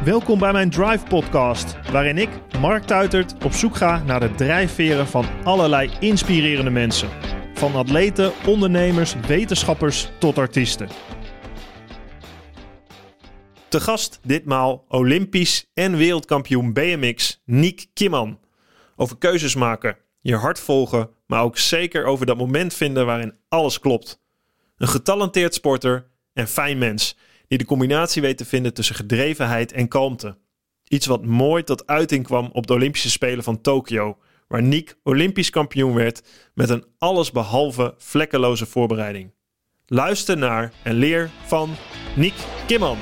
Welkom bij mijn Drive podcast, waarin ik, Mark Tuitert, op zoek ga naar de drijfveren van allerlei inspirerende mensen. Van atleten, ondernemers, wetenschappers tot artiesten. Te gast ditmaal Olympisch en wereldkampioen BMX Niek Kimman. Over keuzes maken, je hart volgen, maar ook zeker over dat moment vinden waarin alles klopt. Een getalenteerd sporter en fijn mens die de combinatie weet te vinden tussen gedrevenheid en kalmte. Iets wat mooi tot uiting kwam op de Olympische Spelen van Tokio, waar Niek Olympisch kampioen werd met een allesbehalve vlekkeloze voorbereiding. Luister naar en leer van Niek Kimman.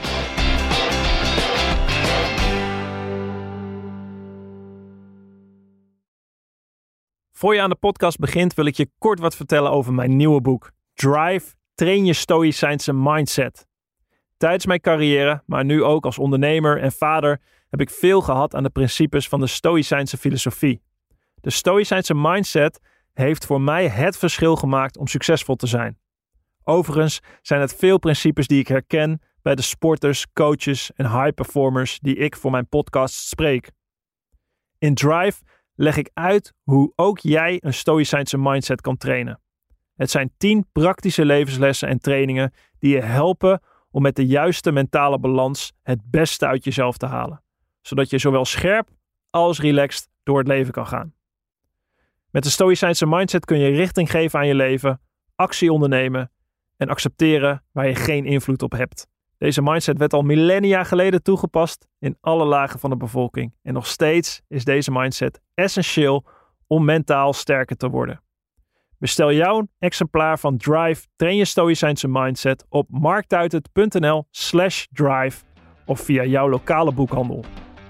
Voor je aan de podcast begint wil ik je kort wat vertellen over mijn nieuwe boek. Drive, train je stoïcijnse mindset. Tijdens mijn carrière, maar nu ook als ondernemer en vader, heb ik veel gehad aan de principes van de stoïcijnse filosofie. De stoïcijnse mindset heeft voor mij het verschil gemaakt om succesvol te zijn. Overigens zijn het veel principes die ik herken bij de sporters, coaches en high performers die ik voor mijn podcast spreek. In Drive leg ik uit hoe ook jij een stoïcijnse mindset kan trainen. Het zijn 10 praktische levenslessen en trainingen die je helpen om met de juiste mentale balans het beste uit jezelf te halen. Zodat je zowel scherp als relaxed door het leven kan gaan. Met de stoïcijnse mindset kun je richting geven aan je leven, actie ondernemen en accepteren waar je geen invloed op hebt. Deze mindset werd al millennia geleden toegepast in alle lagen van de bevolking. En nog steeds is deze mindset essentieel om mentaal sterker te worden. Bestel jouw exemplaar van Drive, train je stoïcijnse mindset op marktuitert.nl/drive of via jouw lokale boekhandel.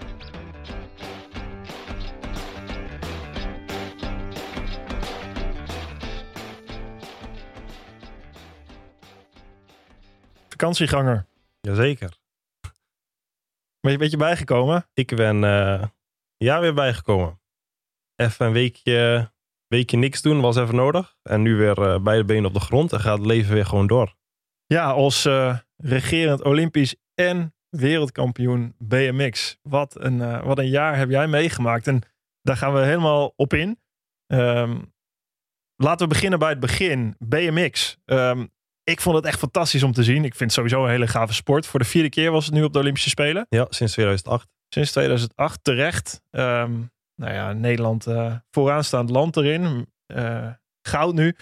Vakantieganger. Jazeker. Ben je bijgekomen? Ik ben weer bijgekomen. Even een weekje niks doen was even nodig. En nu weer beide benen op de grond en gaat het leven weer gewoon door. Ja, als regerend Olympisch en wereldkampioen BMX. Wat een jaar heb jij meegemaakt. En daar gaan we helemaal op in. Laten we beginnen bij het begin. BMX. Ik vond het echt fantastisch om te zien. Ik vind het sowieso een hele gave sport. Voor de 4e keer was het nu op de Olympische Spelen. Ja, sinds 2008. Sinds 2008 terecht. Nederland vooraanstaand land erin. Goud nu.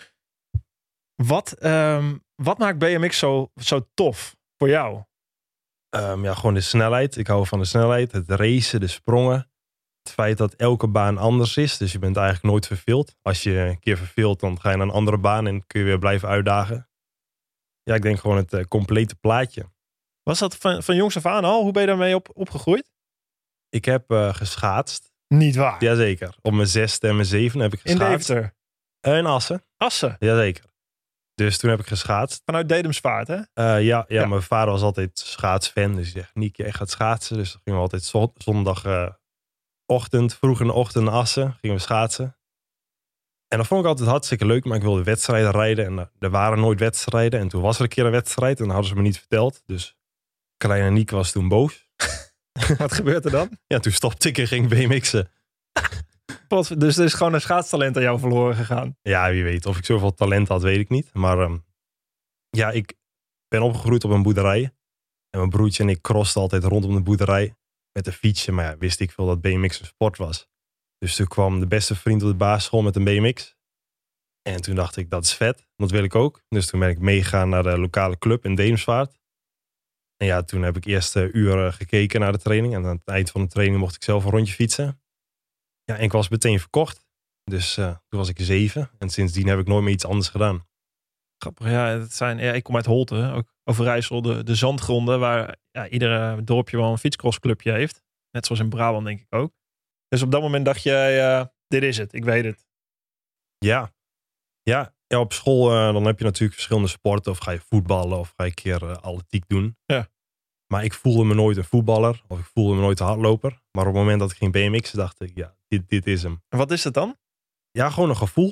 Wat maakt BMX zo tof voor jou? Gewoon de snelheid. Ik hou van de snelheid. Het racen, de sprongen. Het feit dat elke baan anders is. Dus je bent eigenlijk nooit verveeld. Als je een keer verveelt, dan ga je naar een andere baan en kun je weer blijven uitdagen. Ja, ik denk gewoon het complete plaatje. Was dat van jongs af aan al? Hoe ben je daarmee opgegroeid? Ik heb geschaatst. Niet waar? Jazeker. Op mijn 6e en mijn 7e heb ik geschaatst. In Deventer? In Assen. Assen? Jazeker. Dus toen heb ik geschaatst. Vanuit Dedemsvaart, hè? Ja, mijn vader was altijd schaatsfan. Dus hij zegt, Niek, jij gaat schaatsen. Dus dan gingen we altijd zondagochtend, vroeg in de ochtend naar Assen. Gingen we schaatsen. En dat vond ik altijd hartstikke leuk. Maar ik wilde wedstrijden rijden. En er waren nooit wedstrijden. En toen was er een keer een wedstrijd. En dat hadden ze me niet verteld. Dus kleine Niek was toen boos. Wat gebeurt er dan? Ja, toen stopte ik en ging BMX'en. Dus er is gewoon een schaatstalent aan jou verloren gegaan. Ja, wie weet. Of ik zoveel talent had, weet ik niet. Maar ik ben opgegroeid op een boerderij. En mijn broertje en ik crosten altijd rondom de boerderij met een fietsje. Maar ja, wist ik veel dat BMX een sport was. Dus toen kwam de beste vriend op de basisschool met een BMX. En toen dacht ik, dat is vet. Dat wil ik ook. Dus toen ben ik meegegaan naar de lokale club in Dedemsvaart. En ja, toen heb ik eerst uren gekeken naar de training. En aan het eind van de training mocht ik zelf een rondje fietsen. Ja, en ik was meteen verkocht. Dus toen was ik 7. En sindsdien heb ik nooit meer iets anders gedaan. Grappig, ja. Ik kom uit Holte, ook Overijssel, de zandgronden. Waar iedere dorpje wel een fietscrossclubje heeft. Net zoals in Brabant, denk ik ook. Dus op dat moment dacht jij, dit is het, ik weet het. Ja, op school dan heb je natuurlijk verschillende sporten. Of ga je voetballen of ga je een keer atletiek doen. Ja. Maar ik voelde me nooit een voetballer. Of ik voelde me nooit een hardloper. Maar op het moment dat ik ging BMX dacht ik, ja, dit is hem. En wat is het dan? Ja, gewoon een gevoel.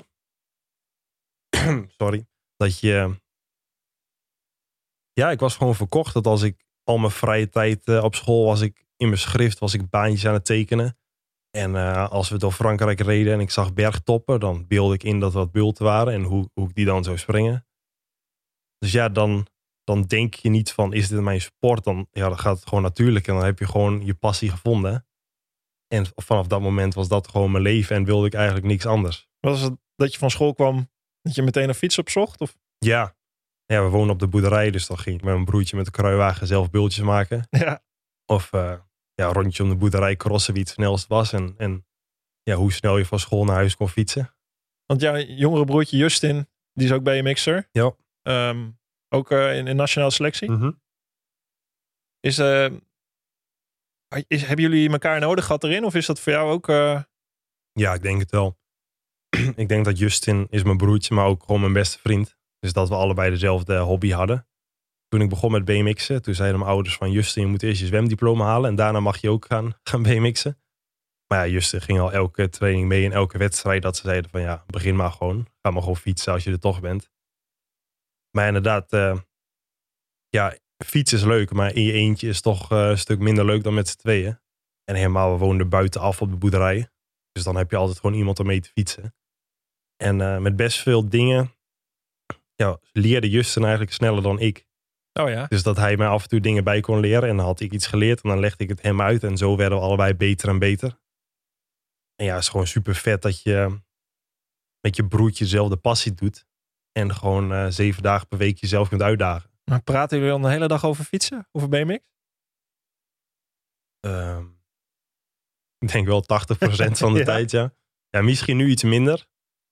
Sorry. Dat je... Ja, ik was gewoon verkocht. Dat als ik al mijn vrije tijd op school was ik in mijn schrift was ik baantjes aan het tekenen. En als we door Frankrijk reden en ik zag bergtoppen, dan beelde ik in dat wat bulten waren en hoe ik die dan zou springen. Dus ja, dan denk je niet van, is dit mijn sport? Dan gaat het gewoon natuurlijk en dan heb je gewoon je passie gevonden. En vanaf dat moment was dat gewoon mijn leven en wilde ik eigenlijk niks anders. Was het dat je van school kwam, dat je meteen een fiets opzocht? Of? Ja, we wonen op de boerderij, dus dan ging ik met mijn broertje met de kruiwagen zelf bultjes maken. Ja. Of een rondje om de boerderij crossen wie het snelst was. En hoe snel je van school naar huis kon fietsen. Want jouw jongere broertje Justin, die is ook BMX'er. Ja. Ook in nationale selectie. Mm-hmm. Hebben jullie elkaar nodig gehad erin? Of is dat voor jou ook... Ja, ik denk het wel. Ik denk dat Justin is mijn broertje, maar ook gewoon mijn beste vriend. Dus dat we allebei dezelfde hobby hadden. Toen ik begon met BMX'en, toen zeiden mijn ouders van Justin, je moet eerst je zwemdiploma halen en daarna mag je ook gaan BMX'en. Maar ja, Justin ging al elke training mee en elke wedstrijd dat ze zeiden van ja, begin maar gewoon. Ga maar gewoon fietsen als je er toch bent. Maar inderdaad, fietsen is leuk, maar in je eentje is toch een stuk minder leuk dan met z'n tweeën. En helemaal, we woonden buitenaf op de boerderij. Dus dan heb je altijd gewoon iemand om mee te fietsen. En met best veel dingen leerde Justin eigenlijk sneller dan ik. Oh ja. Dus dat hij mij af en toe dingen bij kon leren. En dan had ik iets geleerd en dan legde ik het hem uit. En zo werden we allebei beter en beter. En ja, het is gewoon super vet dat je met je broertje dezelfde passie doet. En gewoon 7 dagen per week jezelf kunt uitdagen. Maar praten jullie dan de hele dag over fietsen? Over BMX? Ik denk wel 80% van de tijd, ja. Ja, misschien nu iets minder.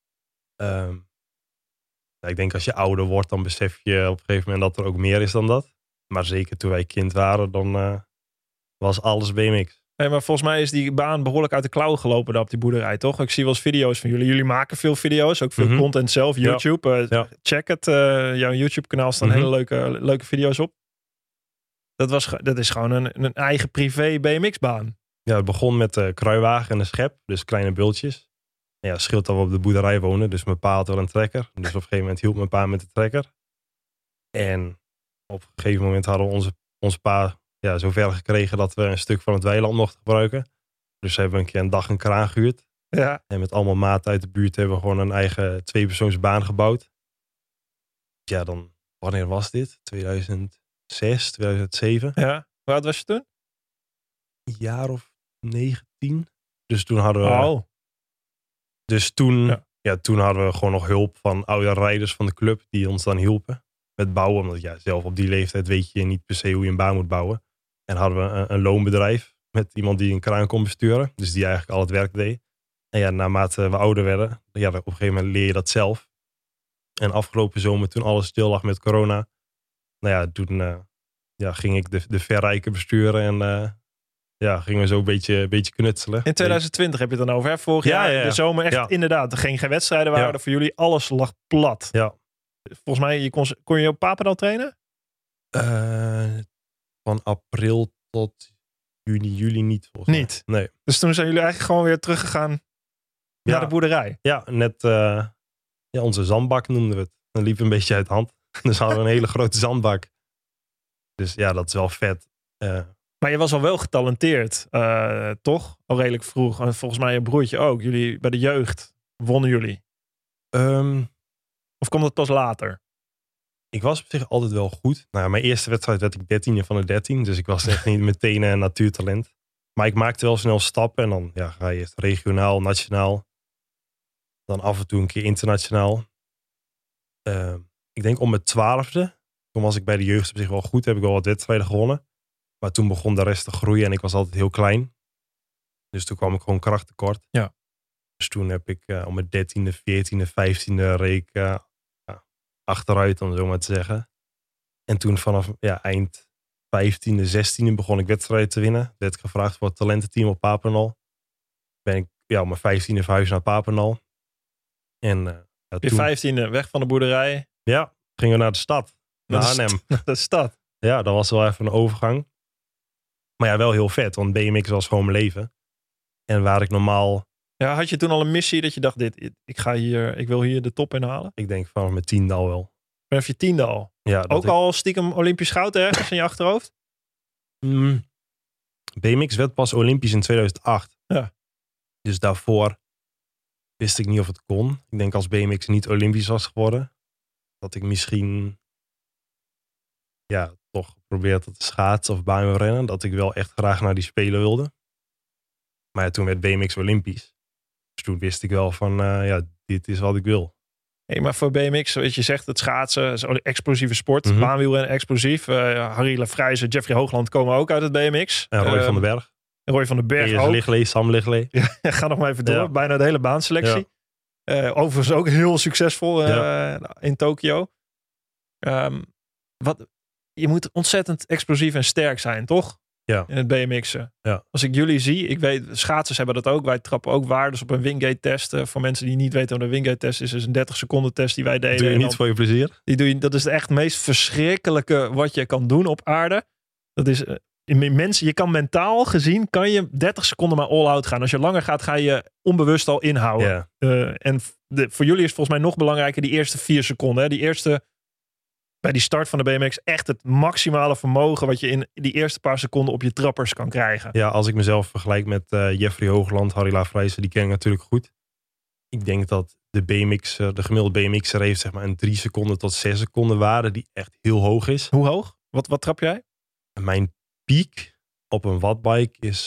Ik denk als je ouder wordt, dan besef je op een gegeven moment dat er ook meer is dan dat. Maar zeker toen wij kind waren, dan was alles BMX. Nee, maar volgens mij is die baan behoorlijk uit de klauwen gelopen daar op die boerderij, toch? Ik zie wel eens video's van jullie. Jullie maken veel video's, ook veel content zelf. YouTube, check het. Jouw YouTube-kanaal staan hele leuke video's op. Dat is gewoon een eigen privé BMX-baan. Ja, het begon met de kruiwagen en een schep, dus kleine bultjes. Ja, scheelt dat we op de boerderij wonen, dus mijn pa had wel een trekker. Dus op een gegeven moment hielp mijn pa met de trekker. En op een gegeven moment hadden we onze pa zover gekregen dat we een stuk van het weiland mochten gebruiken. Dus hebben we een dag een kraan gehuurd. Ja. En met allemaal maten uit de buurt hebben we gewoon een eigen 2-persoonsbaan gebouwd. Ja, dan, wanneer was dit? 2006, 2007. Ja, hoe oud was je toen? Een jaar of 19. Dus toen hadden we... Oh. Dus toen hadden we gewoon nog hulp van oude rijders van de club die ons dan hielpen met bouwen. Omdat zelf op die leeftijd weet je niet per se hoe je een baan moet bouwen. En hadden we een loonbedrijf met iemand die een kraan kon besturen. Dus die eigenlijk al het werk deed. En ja, naarmate we ouder werden, op een gegeven moment leer je dat zelf. En afgelopen zomer, toen alles stil lag met corona, toen ging ik de verrijken besturen en gingen we zo een beetje knutselen. In 2020 heb je het dan over, hè? Vorig jaar, de zomer echt inderdaad. Er geen wedstrijden waren er voor jullie. Alles lag plat. Ja. Volgens mij, kon je op Papendal trainen? Van april tot juli niet, volgens mij. Niet? Nee. Dus toen zijn jullie eigenlijk gewoon weer teruggegaan naar de boerderij? Ja, net onze zandbak noemden we het. Dat liep een beetje uit de hand. Dus hadden we een hele grote zandbak. Dus ja, dat is wel vet. Maar je was al wel getalenteerd, toch? Al redelijk vroeg. En volgens mij je broertje ook. Jullie bij de jeugd wonnen jullie. Of kwam dat pas later? Ik was op zich altijd wel goed. Nou, mijn eerste wedstrijd werd ik 13e van de 13. Dus ik was echt niet meteen een natuurtalent. Maar ik maakte wel snel stappen. En dan ga je eerst regionaal, nationaal. Dan af en toe een keer internationaal. Ik denk om mijn 12e. Toen was ik bij de jeugd op zich wel goed. Heb ik wel wat wedstrijden gewonnen. Maar toen begon de rest te groeien. En ik was altijd heel klein. Dus toen kwam ik gewoon krachttekort. Ja. Dus toen heb ik om mijn 13e, 14e, 15e reek achteruit, om zo maar te zeggen. En toen vanaf eind 15e, 16e begon ik wedstrijden te winnen. Werd ik gevraagd voor het talententeam op Papendal. Ben ik om mijn 15e verhuisd naar Papendal. En je 15e weg van de boerderij? Ja, gingen we naar de stad. Naar Arnhem. Naar de stad? Ja, dat was wel even een overgang. Maar ja, wel heel vet, want BMX was gewoon mijn leven. En waar ik normaal... Ja, had je toen al een missie dat je dacht, ik wil hier de top in halen? Ik denk vanaf mijn 10e al wel. Vanaf je 10e al? Ja, ook al stiekem Olympisch goud ergens in je achterhoofd? BMX werd pas Olympisch in 2008. Ja. Dus daarvoor wist ik niet of het kon. Ik denk als BMX niet Olympisch was geworden, dat ik misschien toch geprobeerd had te schaatsen of baanwielrennen. Dat ik wel echt graag naar die Spelen wilde. Maar toen werd BMX Olympisch. Dus toen wist ik wel van, dit is wat ik wil. Hey, maar voor BMX, weet je zegt het schaatsen is een explosieve sport. Mhm. Baanwielrennen explosief. Harry Lafrijze, Jeffrey Hoogland komen ook uit het BMX. En Roy van den Berg. Roy van den Berg Eerst ook. Lichtley, Sam Lichtley. Ja, ga nog maar even door. Ja. Bijna de hele baanselectie. Overigens ook heel succesvol in Tokio. Je moet ontzettend explosief en sterk zijn, toch? Ja. In het BMX'en. Ja. Als ik jullie zie, ik weet, schaatsers hebben dat ook. Wij trappen ook waardes op een Wingate test. Voor mensen die niet weten wat een Wingate test is een 30 seconden test die wij deden. Doe je En niet dan- voor je plezier? Dat is echt het meest verschrikkelijke wat je kan doen op aarde. Dat is mensen, je kan mentaal gezien, kan je 30 seconden maar all-out gaan. Als je langer gaat, ga je onbewust al inhouden. Ja. En voor jullie is volgens mij nog belangrijker die eerste 4 seconden. Hè? Die eerste, bij die start van de BMX, echt het maximale vermogen wat je in die eerste paar seconden op je trappers kan krijgen. Ja, als ik mezelf vergelijk met Jeffrey Hoogland, Harry Lafrijze, die ken ik natuurlijk goed. Ik denk dat de gemiddelde BMX'er heeft zeg maar een 3 seconden tot 6 seconden waarde die echt heel hoog is. Hoe hoog? Wat trap jij? En mijn piek op een wattbike is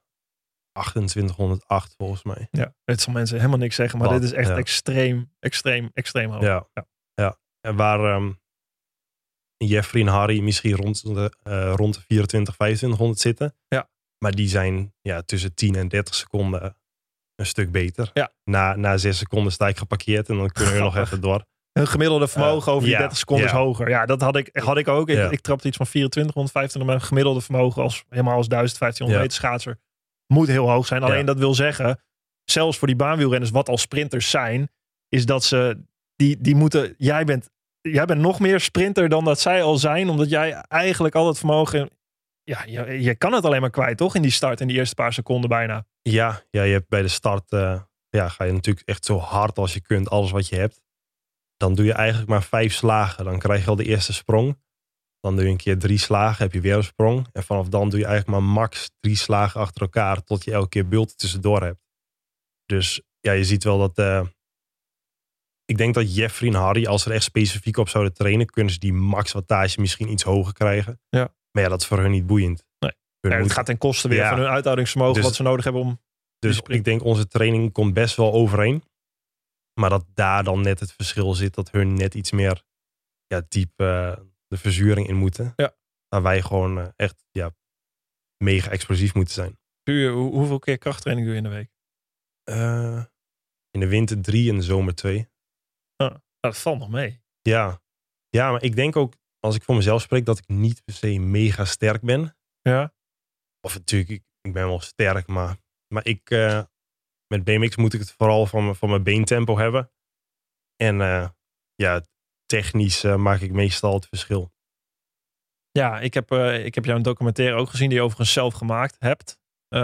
2808 volgens mij. Ja, het zal mensen helemaal niks zeggen, maar Watt, dit is echt ja. extreem hoog. Ja. En waar Jeffrey en Harry misschien rond de 2500 zitten. Ja. Maar die zijn tussen 10 en 30 seconden een stuk beter. Ja. Na 6 seconden sta ik geparkeerd en dan kunnen we nog even door. Hun gemiddelde vermogen over die ja, 30 seconden is hoger. Ja, dat had ik ook. Ja. Ik trapte iets van 2425. Mijn gemiddelde vermogen helemaal als 1500 meter schaatser moet heel hoog zijn. Alleen dat wil zeggen, zelfs voor die baanwielrenners wat al sprinters zijn, is dat ze die moeten. Jij bent nog meer sprinter dan dat zij al zijn, omdat jij eigenlijk al het vermogen. Ja, je kan het alleen maar kwijt, toch? In die start, in die eerste paar seconden bijna. Ja, je hebt bij de start ga je natuurlijk echt zo hard als je kunt, alles wat je hebt. Dan doe je eigenlijk maar 5 slagen. Dan krijg je al de eerste sprong. Dan doe je een keer 3 slagen, heb je weer een sprong. En vanaf dan doe je eigenlijk maar max 3 slagen achter elkaar, tot je elke keer bulten tussendoor hebt. Dus ja, je ziet wel dat. Ik denk dat Jeffrey en Harry, als ze er echt specifiek op zouden trainen, kunnen ze die max wattage misschien iets hoger krijgen. Ja. Maar ja, dat is voor hun niet boeiend. Nee. Het gaat ten koste weer van hun uithoudingsvermogen, Dus- wat ze nodig hebben om. Dus ik denk onze training komt best wel overeen. Maar dat daar dan net het verschil zit, dat hun net iets meer diep de verzuring in moeten. Ja. Waar wij gewoon echt mega explosief moeten zijn. Hoeveel keer krachttraining doe je in de week? In de winter 3 en de zomer 2. Dat valt nog mee. Ja, maar ik denk ook, als ik voor mezelf spreek, dat ik niet per se mega sterk ben. Ja. Of natuurlijk, ik ben wel sterk, maar ik, met BMX moet ik het vooral van mijn beentempo hebben. En technisch maak ik meestal het verschil. Ja, ik heb jouw documentaire ook gezien, die je overigens zelf gemaakt hebt.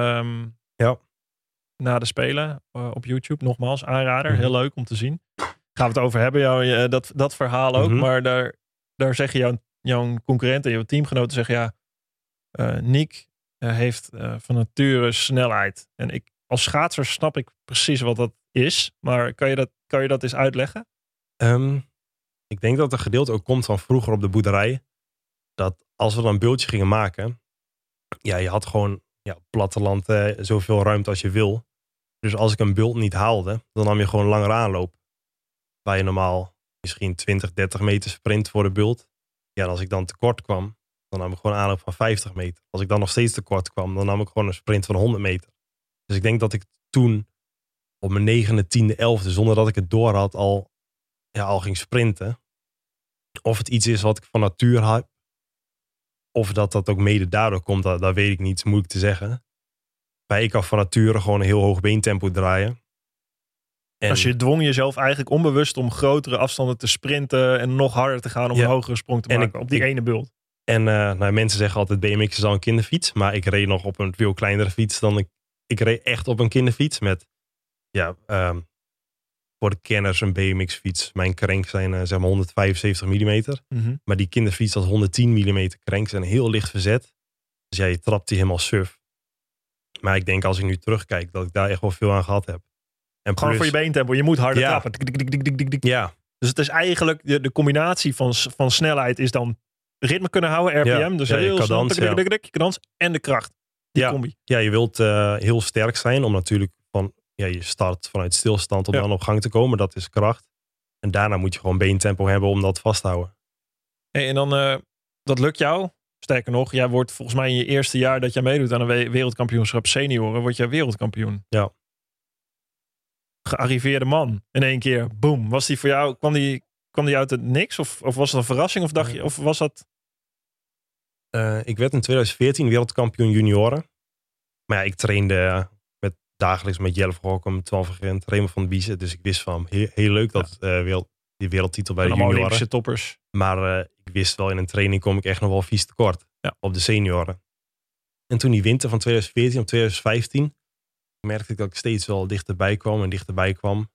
Na de Spelen op YouTube, nogmaals, aanrader. Mhm. Heel leuk om te zien. Gaan we het over hebben, dat verhaal ook. Mhm. Maar daar zeggen jouw concurrenten, jouw teamgenoten zeggen, Nick heeft van nature snelheid. En als schaatser snap ik precies wat dat is. Maar kan je dat eens uitleggen? Ik denk dat het gedeelte ook komt van vroeger op de boerderij. Dat als we dan een bultje gingen maken. Ja, je had gewoon op platteland zoveel ruimte als je wil. Dus als ik een bult niet haalde, dan nam je gewoon langer aanloop. Waar je normaal misschien 20, 30 meter sprint voor de bult. Ja, en als ik dan tekort kwam, dan nam ik gewoon een aanloop van 50 meter. Als ik dan nog steeds tekort kwam, dan nam ik gewoon een sprint van 100 meter. Dus ik denk dat ik toen op mijn 9e, 10e, 11e, zonder dat ik het door had, al ging sprinten. Of het iets is wat ik van natuur heb. Of dat ook mede daardoor komt, dat weet ik niet. Het is moeilijk te zeggen. Maar ik kan van nature gewoon een heel hoog beentempo draaien. En Als je dwong jezelf eigenlijk onbewust om grotere afstanden te sprinten en nog harder te gaan om een hogere sprong te maken op die ene bult. En mensen zeggen altijd BMX is al een kinderfiets. Maar ik reed nog op een veel kleinere fiets dan ik reed echt op een kinderfiets met voor de kenners een BMX fiets. Mijn cranks zijn zeg maar 175 mm. Mhm. Maar die kinderfiets had 110 mm cranks en heel licht verzet. Dus je trapt die helemaal suf. Maar ik denk als ik nu terugkijk dat ik daar echt wel veel aan gehad heb. En Gewoon voor je beentempo. Je moet harder trappen. Ja. Dus het is eigenlijk de combinatie van snelheid is dan ritme kunnen houden, RPM. Ja. Dus Ja, heel cadans, snel, cadans en de kracht. Die combi. Ja, je wilt heel sterk zijn om natuurlijk je start vanuit stilstand om dan op gang te komen. Dat is kracht. En daarna moet je gewoon beentempo hebben om dat vast te houden. Hey, en dan, dat lukt jou. Sterker nog, jij wordt volgens mij in je eerste jaar dat jij meedoet aan een wereldkampioenschap senioren, word jij wereldkampioen. Ja. Gearriveerde man in één keer. Boom. Was die voor jou, kwam die uit het niks? Of was het een verrassing? Of dacht je, of was dat... Ik werd in 2014 wereldkampioen junioren. Maar ja, ik trainde dagelijks met Jelle Verhoekom, Twan van Gent, Raymond van de Biezen. Dus ik wist van heel leuk dat die wereldtitel bij de junioren. Olympische toppers. Maar ik wist wel, in een training kom ik echt nog wel vies tekort op de senioren. En toen die winter van 2014 op 2015 merkte ik dat ik steeds wel dichterbij kwam.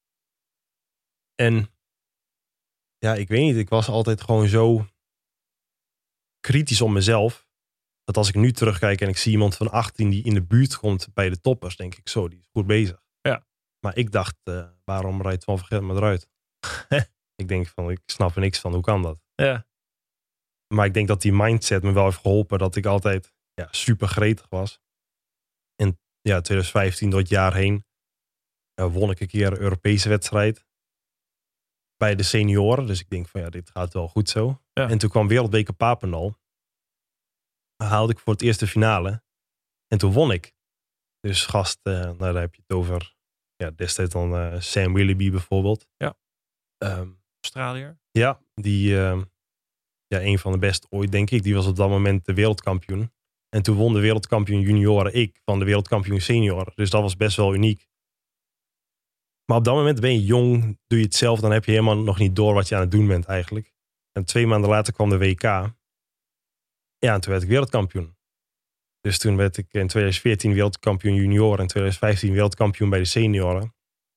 En ja, ik weet niet, ik was altijd gewoon zo kritisch op mezelf. Dat als ik nu terugkijk en ik zie iemand van 18 die in de buurt komt bij de toppers, denk ik zo, die is goed bezig. Ja. Maar ik dacht, waarom rijdt Twan van Gent maar eruit? Ik denk van, ik snap er niks van, hoe kan dat? Ja. Maar ik denk dat die mindset me wel heeft geholpen dat ik altijd super gretig was. En 2015 door het jaar heen won ik een keer een Europese wedstrijd bij de senioren. Dus ik denk van dit gaat wel goed zo. Ja. En toen kwam Wereldbeker Papendal. Haalde ik voor het eerst de finale. En toen won ik. Dus gast, daar heb je het over. Ja, destijds dan Sam Willoughby bijvoorbeeld. Ja. Australiër. Ja, die een van de beste ooit, denk ik. Die was op dat moment de wereldkampioen. En toen won de wereldkampioen junioren ik van de wereldkampioen senioren. Dus dat was best wel uniek. Maar op dat moment ben je jong, doe je het zelf, dan heb je helemaal nog niet door wat je aan het doen bent eigenlijk. En 2 maanden later kwam de WK. Ja, en toen werd ik wereldkampioen. Dus toen werd ik in 2014 wereldkampioen junioren en 2015 wereldkampioen bij de senioren.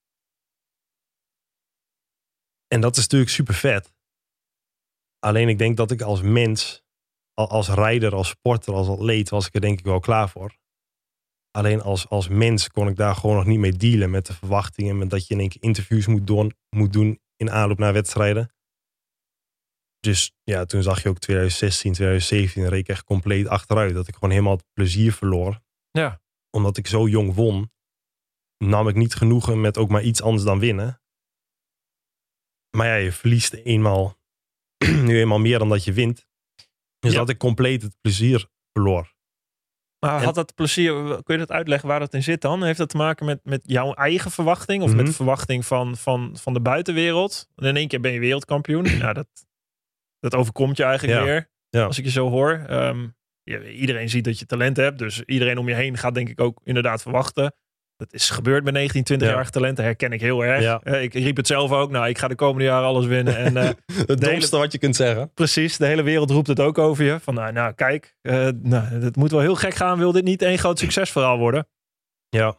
En dat is natuurlijk super vet. Alleen ik denk dat ik als mens, als rijder, als sporter, als atleet, was ik er denk ik wel klaar voor. Alleen als mens kon ik daar gewoon nog niet mee dealen met de verwachtingen. Met dat je in één keer interviews moet doen in aanloop naar wedstrijden. Dus ja, toen zag je ook 2016, 2017 reed ik echt compleet achteruit. Dat ik gewoon helemaal het plezier verloor. Ja. Omdat ik zo jong won, nam ik niet genoegen met ook maar iets anders dan winnen. Maar ja, je verliest nu eenmaal meer dan dat je wint. Dus dat ik compleet het plezier verloor. Maar had dat plezier, kun je dat uitleggen waar dat in zit dan? Heeft dat te maken met jouw eigen verwachting? Of met de verwachting van de buitenwereld? En in één keer ben je wereldkampioen. Ja, dat overkomt je eigenlijk weer. Ja. Als ik je zo hoor. Iedereen ziet dat je talent hebt. Dus iedereen om je heen gaat denk ik ook inderdaad verwachten. Dat is gebeurd met 19, 20-jarige talenten. Herken ik heel erg. Ja. Ik riep het zelf ook. Nou, ik ga de komende jaren alles winnen. En, het domste wat je kunt zeggen. Precies. De hele wereld roept het ook over je. Van nou kijk. Het moet wel heel gek gaan. Wil dit niet één groot succesverhaal worden? Ja.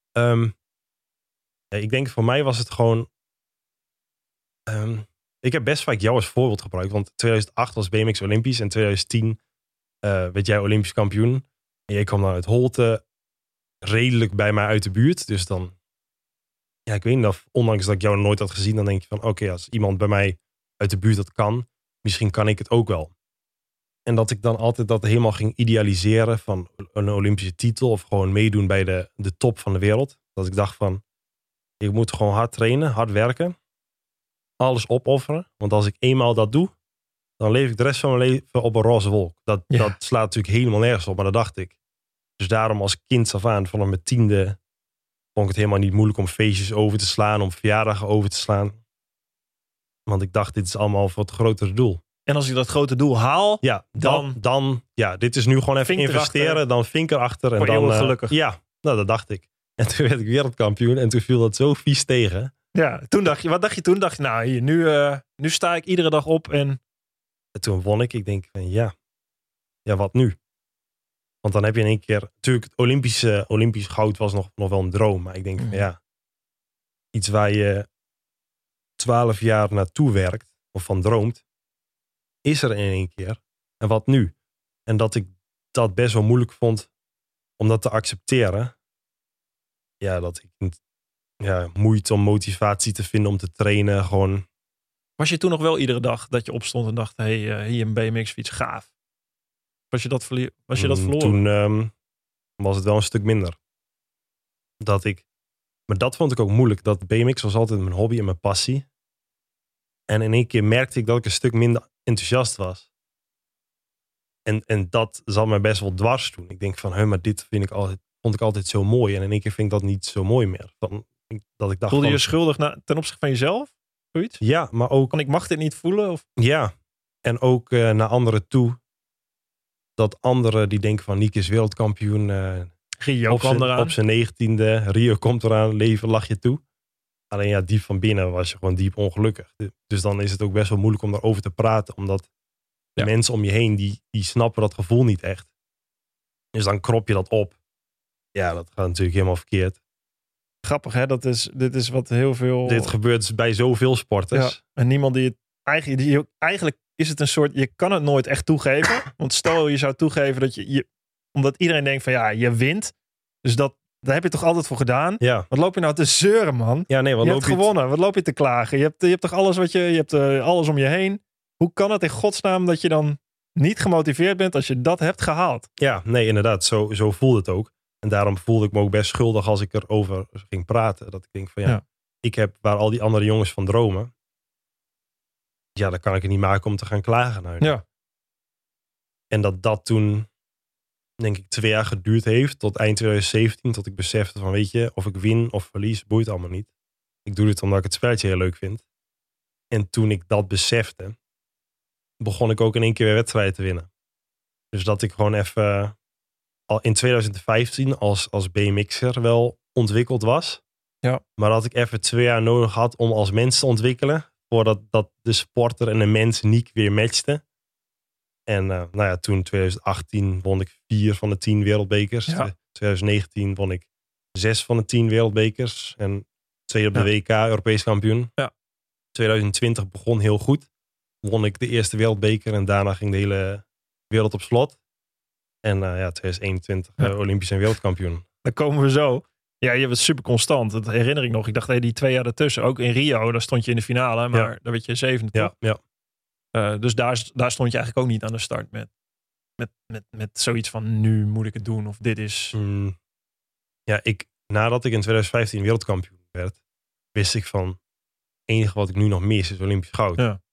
Ik denk voor mij was het gewoon... ik heb best vaak jou als voorbeeld gebruikt. Want 2008 was BMX Olympisch. En 2010 werd jij Olympisch kampioen. En jij kwam dan uit Holte... redelijk bij mij uit de buurt. Dus dan... Ja, ik weet niet of... Ondanks dat ik jou nooit had gezien... dan denk je van... Oké, als iemand bij mij uit de buurt dat kan... misschien kan ik het ook wel. En dat ik dan altijd dat helemaal ging idealiseren... van een Olympische titel... of gewoon meedoen bij de top van de wereld. Dat ik dacht van... Ik moet gewoon hard trainen, hard werken. Alles opofferen. Want als ik eenmaal dat doe... dan leef ik de rest van mijn leven op een roze wolk. Dat slaat natuurlijk helemaal nergens op. Maar dat dacht ik. Dus daarom als kind af aan, vanaf mijn 10e, vond ik het helemaal niet moeilijk om feestjes over te slaan, om verjaardagen over te slaan. Want ik dacht, dit is allemaal voor het grotere doel. En als je dat grote doel haal, dan dit is nu gewoon even investeren, dan vink erachter. En dan gelukkig. Ja, nou dat dacht ik. En toen werd ik wereldkampioen en toen viel dat zo vies tegen. Ja, toen dacht je, wat dacht je toen? Dacht je, nou hier, nu sta ik iedere dag op en toen won ik. Ik denk van ja, wat nu? Want dan heb je in één keer... Natuurlijk, het Olympisch goud was nog wel een droom. Maar ik denk van iets waar je 12 jaar naartoe werkt... of van droomt... is er in één keer. En wat nu? En dat ik dat best wel moeilijk vond... om dat te accepteren. Ja, dat ik moeite om motivatie te vinden om te trainen. Gewoon. Was je toen nog wel iedere dag dat je opstond en dacht, hier een BMX-fiets, gaaf? Was je dat verloren? Toen was het wel een stuk minder. Maar dat vond ik ook moeilijk. Dat BMX was altijd mijn hobby en mijn passie. En in één keer merkte ik dat ik een stuk minder enthousiast was. En dat zat mij best wel dwars toen. Ik denk van, maar dit vond ik altijd zo mooi. En in één keer vind ik dat niet zo mooi meer. Dat ik dacht Voelde je schuldig ten opzichte van jezelf? Zoiets? Ja, maar ook... Van ik mag dit niet voelen? Of? Ja, en ook naar anderen toe. Dat anderen die denken van, Niek is wereldkampioen. Rio kwam eraan. Op zijn 19e. Rio komt eraan, leven lach je toe. Alleen ja, diep van binnen was je gewoon diep ongelukkig. Dus dan is het ook best wel moeilijk om daarover te praten. Omdat de mensen om je heen, die snappen dat gevoel niet echt. Dus dan krop je dat op. Ja, dat gaat natuurlijk helemaal verkeerd. Grappig hè, dit is wat heel veel... Dit gebeurt bij zoveel sporters. Ja, en niemand die het... Eigenlijk is het een soort... Je kan het nooit echt toegeven. Want stel je zou toegeven dat je... Omdat iedereen denkt van je wint. Dus daar heb je toch altijd voor gedaan. Ja. Wat loop je nou te zeuren, man? Ja, nee, je hebt gewonnen. Wat loop je te klagen? Je hebt toch alles je hebt alles om je heen. Hoe kan het in godsnaam dat je dan niet gemotiveerd bent als je dat hebt gehaald? Ja, nee, inderdaad. Zo voelde het ook. En daarom voelde ik me ook best schuldig als ik erover ging praten. Dat ik denk van ik heb waar al die andere jongens van dromen. Ja, dan kan ik het niet maken om te gaan klagen. Nou, ja. En dat toen, denk ik, 2 jaar geduurd heeft. Tot eind 2017. Tot ik besefte van, weet je, of ik win of verlies, boeit allemaal niet. Ik doe dit omdat ik het spelletje heel leuk vind. En toen ik dat besefte, begon ik ook in één keer weer wedstrijden te winnen. Dus dat ik gewoon even al in 2015 als BMX'er wel ontwikkeld was. Ja. Maar dat ik even 2 jaar nodig had om als mens te ontwikkelen. Voordat de sporter en de mens Niek weer matchte. En toen 2018 won ik 4 van de 10 wereldbekers. Ja. 2019 won ik 6 van de 10 wereldbekers. En 2 op de WK, Europees kampioen. Ja. 2020 begon heel goed. Won ik de eerste wereldbeker en daarna ging de hele wereld op slot. En 2021 Olympisch en wereldkampioen. Dan komen we zo. Ja, je was super constant. Dat herinner ik nog. Ik dacht, die 2 jaar ertussen. Ook in Rio, daar stond je in de finale. Maar daar werd je 7e. Ja. Dus daar stond je eigenlijk ook niet aan de start met zoiets van nu moet ik het doen. Of dit is... Nadat ik in 2015 wereldkampioen werd, wist ik van, het enige wat ik nu nog mis is Olympisch goud. Ja.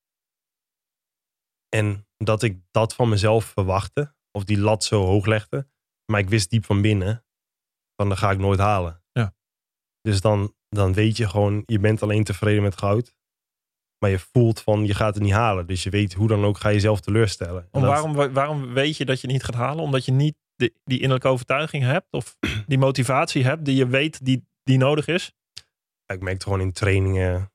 En dat ik dat van mezelf verwachtte, of die lat zo hoog legde. Maar ik wist diep van binnen, van dat ga ik nooit halen. Ja. Dus dan weet je gewoon, je bent alleen tevreden met goud. Maar je voelt van, je gaat het niet halen. Dus je weet hoe dan ook ga je jezelf teleurstellen. Waarom weet je dat je niet gaat halen? Omdat je niet die innerlijke overtuiging hebt? Of die motivatie hebt die je weet die nodig is? Ik merkte gewoon in trainingen,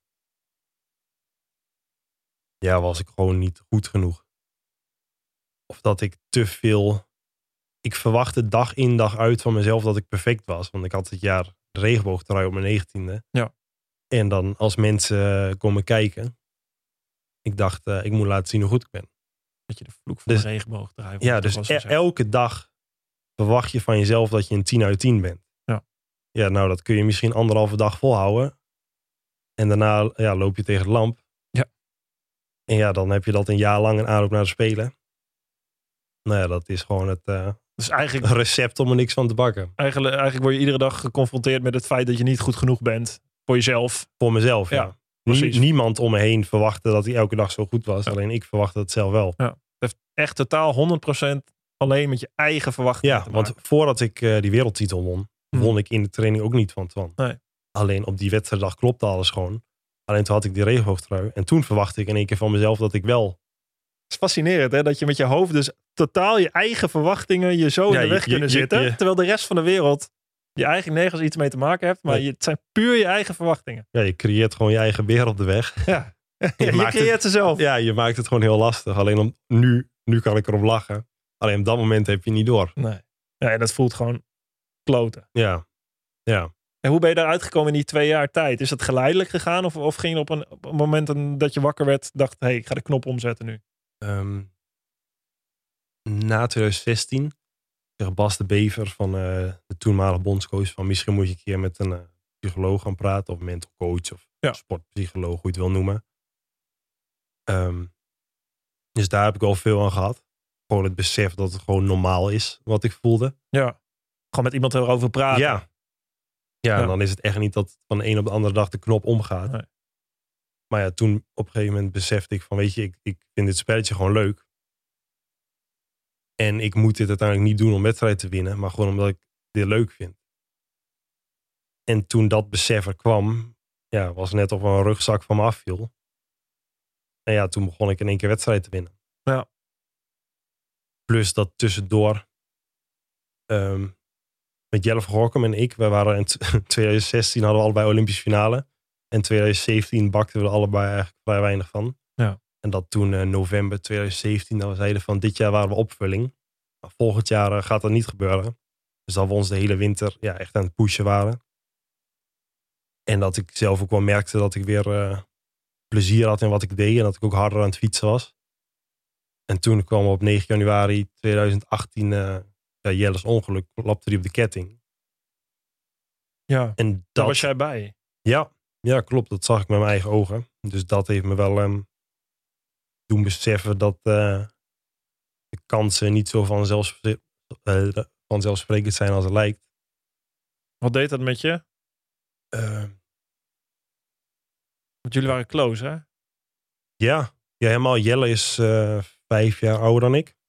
was ik gewoon niet goed genoeg. Of dat ik te veel... Ik verwachtte dag in dag uit van mezelf dat ik perfect was. Want ik had het jaar de regenboogtrui op mijn 19e. Ja. En dan als mensen komen kijken. Ik dacht, ik moet laten zien hoe goed ik ben. Dat je de vloek van de regenboogtrui... Ja, dus elke dag verwacht je van jezelf dat je een 10 uit 10 bent. Ja. Ja, nou dat kun je misschien 1,5 dag volhouden. En daarna loop je tegen de lamp. Ja. En dan heb je dat een jaar lang een aanloop naar de Spelen. Nou ja, dat is gewoon het dus eigenlijk, recept om er niks van te bakken. Eigenlijk word je iedere dag geconfronteerd met het feit dat je niet goed genoeg bent voor jezelf. Voor mezelf, ja. Niemand om me heen verwachtte dat hij elke dag zo goed was. Ja. Alleen ik verwachtte het zelf wel. Ja. Het heeft echt totaal 100% alleen met je eigen verwachtingen te maken. Want voordat ik die wereldtitel won ik in de training ook niet van Twan. Nee. Alleen op die wedstrijddag klopte alles gewoon. Alleen toen had ik die regenboogtrui. En toen verwachtte ik in één keer van mezelf dat ik wel... Het is fascinerend hè, dat je met je hoofd dus totaal je eigen verwachtingen je zo in de weg kunnen zitten. Terwijl de rest van de wereld je eigenlijk nergens iets mee te maken hebt. Maar het zijn puur je eigen verwachtingen. Ja, je creëert gewoon je eigen wereld op de weg. Ja, je creëert ze zelf. Ja, je maakt het gewoon heel lastig. Alleen nu kan ik erop lachen. Alleen op dat moment heb je niet door. Nee. Ja, dat voelt gewoon kloten. Ja. En hoe ben je daaruit gekomen in die 2 jaar tijd? Is dat geleidelijk gegaan? Of ging je op een moment dat je wakker werd, dacht, ik ga de knop omzetten nu? Na 2016 Bas de Bever van de toenmalige bondscoach van misschien moet je een keer met een psycholoog gaan praten of mental coach of sportpsycholoog, hoe je het wil noemen. Dus daar heb ik wel veel aan gehad. Gewoon het besef dat het gewoon normaal is wat ik voelde. Ja, gewoon met iemand erover praten. Ja, en dan is het echt niet dat van de een op de andere dag de knop omgaat. Nee. Maar ja, toen op een gegeven moment besefte ik van weet je, ik vind dit spelletje gewoon leuk. En ik moet dit uiteindelijk niet doen om wedstrijd te winnen, maar gewoon omdat ik dit leuk vind. En toen dat besef er kwam, was net of een rugzak van me afviel. En ja, toen begon ik in één keer wedstrijd te winnen. Ja. Plus dat tussendoor met Jelle van Gorkum en ik, wij waren in 2016 hadden we allebei Olympische finale. En 2017 bakten we er allebei eigenlijk vrij weinig van. Ja. En dat toen november 2017, dat we zeiden van dit jaar waren we opvulling. Maar volgend jaar gaat dat niet gebeuren. Dus dat we ons de hele winter echt aan het pushen waren. En dat ik zelf ook wel merkte dat ik weer plezier had in wat ik deed. En dat ik ook harder aan het fietsen was. En toen kwam op 9 januari 2018 Jelle's ongeluk. Klapte die op de ketting. Ja, en daar was jij bij. Ja, klopt. Dat zag ik met mijn eigen ogen. Dus dat heeft me wel doen beseffen dat de kansen niet zo vanzelfsprekend zijn als het lijkt. Wat deed dat met je? Want jullie waren close, hè? Ja, helemaal. Jelle is 5 jaar ouder dan ik.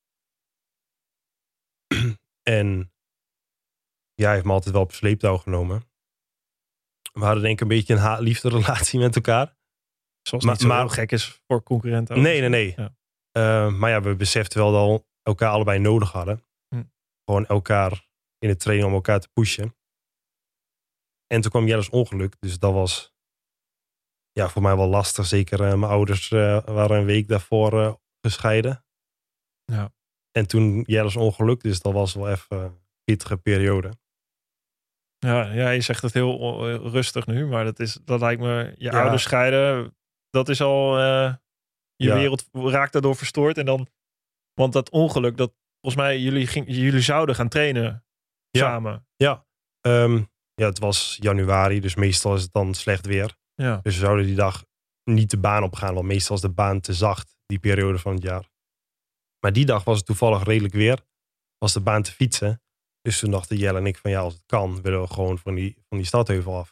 En hij heeft me altijd wel op sleeptouw genomen. We hadden denk ik een beetje een haat-liefde relatie met elkaar. Zoals niet zo heel gek is voor concurrenten. Nee. Ja. Maar we beseften wel dat we elkaar allebei nodig hadden. Gewoon elkaar in het trainen om elkaar te pushen. En toen kwam Jelle's ongeluk. Dus dat was voor mij wel lastig. Zeker mijn ouders waren een week daarvoor gescheiden. Ja. En toen Jelle's ongeluk. Dus dat was wel even een pittige periode. Ja, je zegt het heel rustig nu. Maar dat lijkt me... Je ouders scheiden, dat is al... je wereld raakt daardoor verstoord. En dan... Want dat ongeluk, dat volgens mij... Jullie zouden gaan trainen samen. Ja. Het was januari. Dus meestal is het dan slecht weer. Ja. Dus we zouden die dag niet de baan opgaan. Want meestal is de baan te zacht. Die periode van het jaar. Maar die dag was het toevallig redelijk weer. Was de baan te fietsen. Dus toen dachten Jelle en ik van als het kan, willen we gewoon van die stadheuvel af.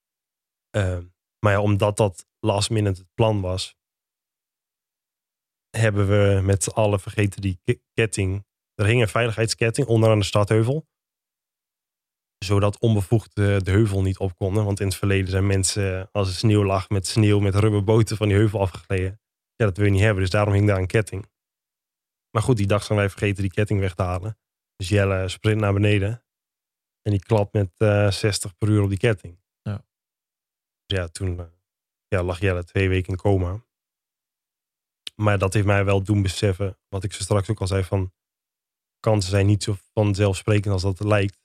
Maar omdat dat last minute het plan was, hebben we met z'n allen vergeten die ketting. Er hing een veiligheidsketting onderaan de stadheuvel. Zodat onbevoegd de heuvel niet op konden. Want in het verleden zijn mensen, als er sneeuw lag, met rubberboten van die heuvel afgegleden. Ja, dat wil je niet hebben. Dus daarom hing daar een ketting. Maar goed, die dag zijn wij vergeten die ketting weg te halen. Dus Jelle sprint naar beneden. En die klapt met 60 per uur op die ketting. Ja. Dus toen lag Jelle 2 weken in coma. Maar dat heeft mij wel doen beseffen, wat ik zo straks ook al zei, van kansen zijn niet zo vanzelfsprekend als dat het lijkt.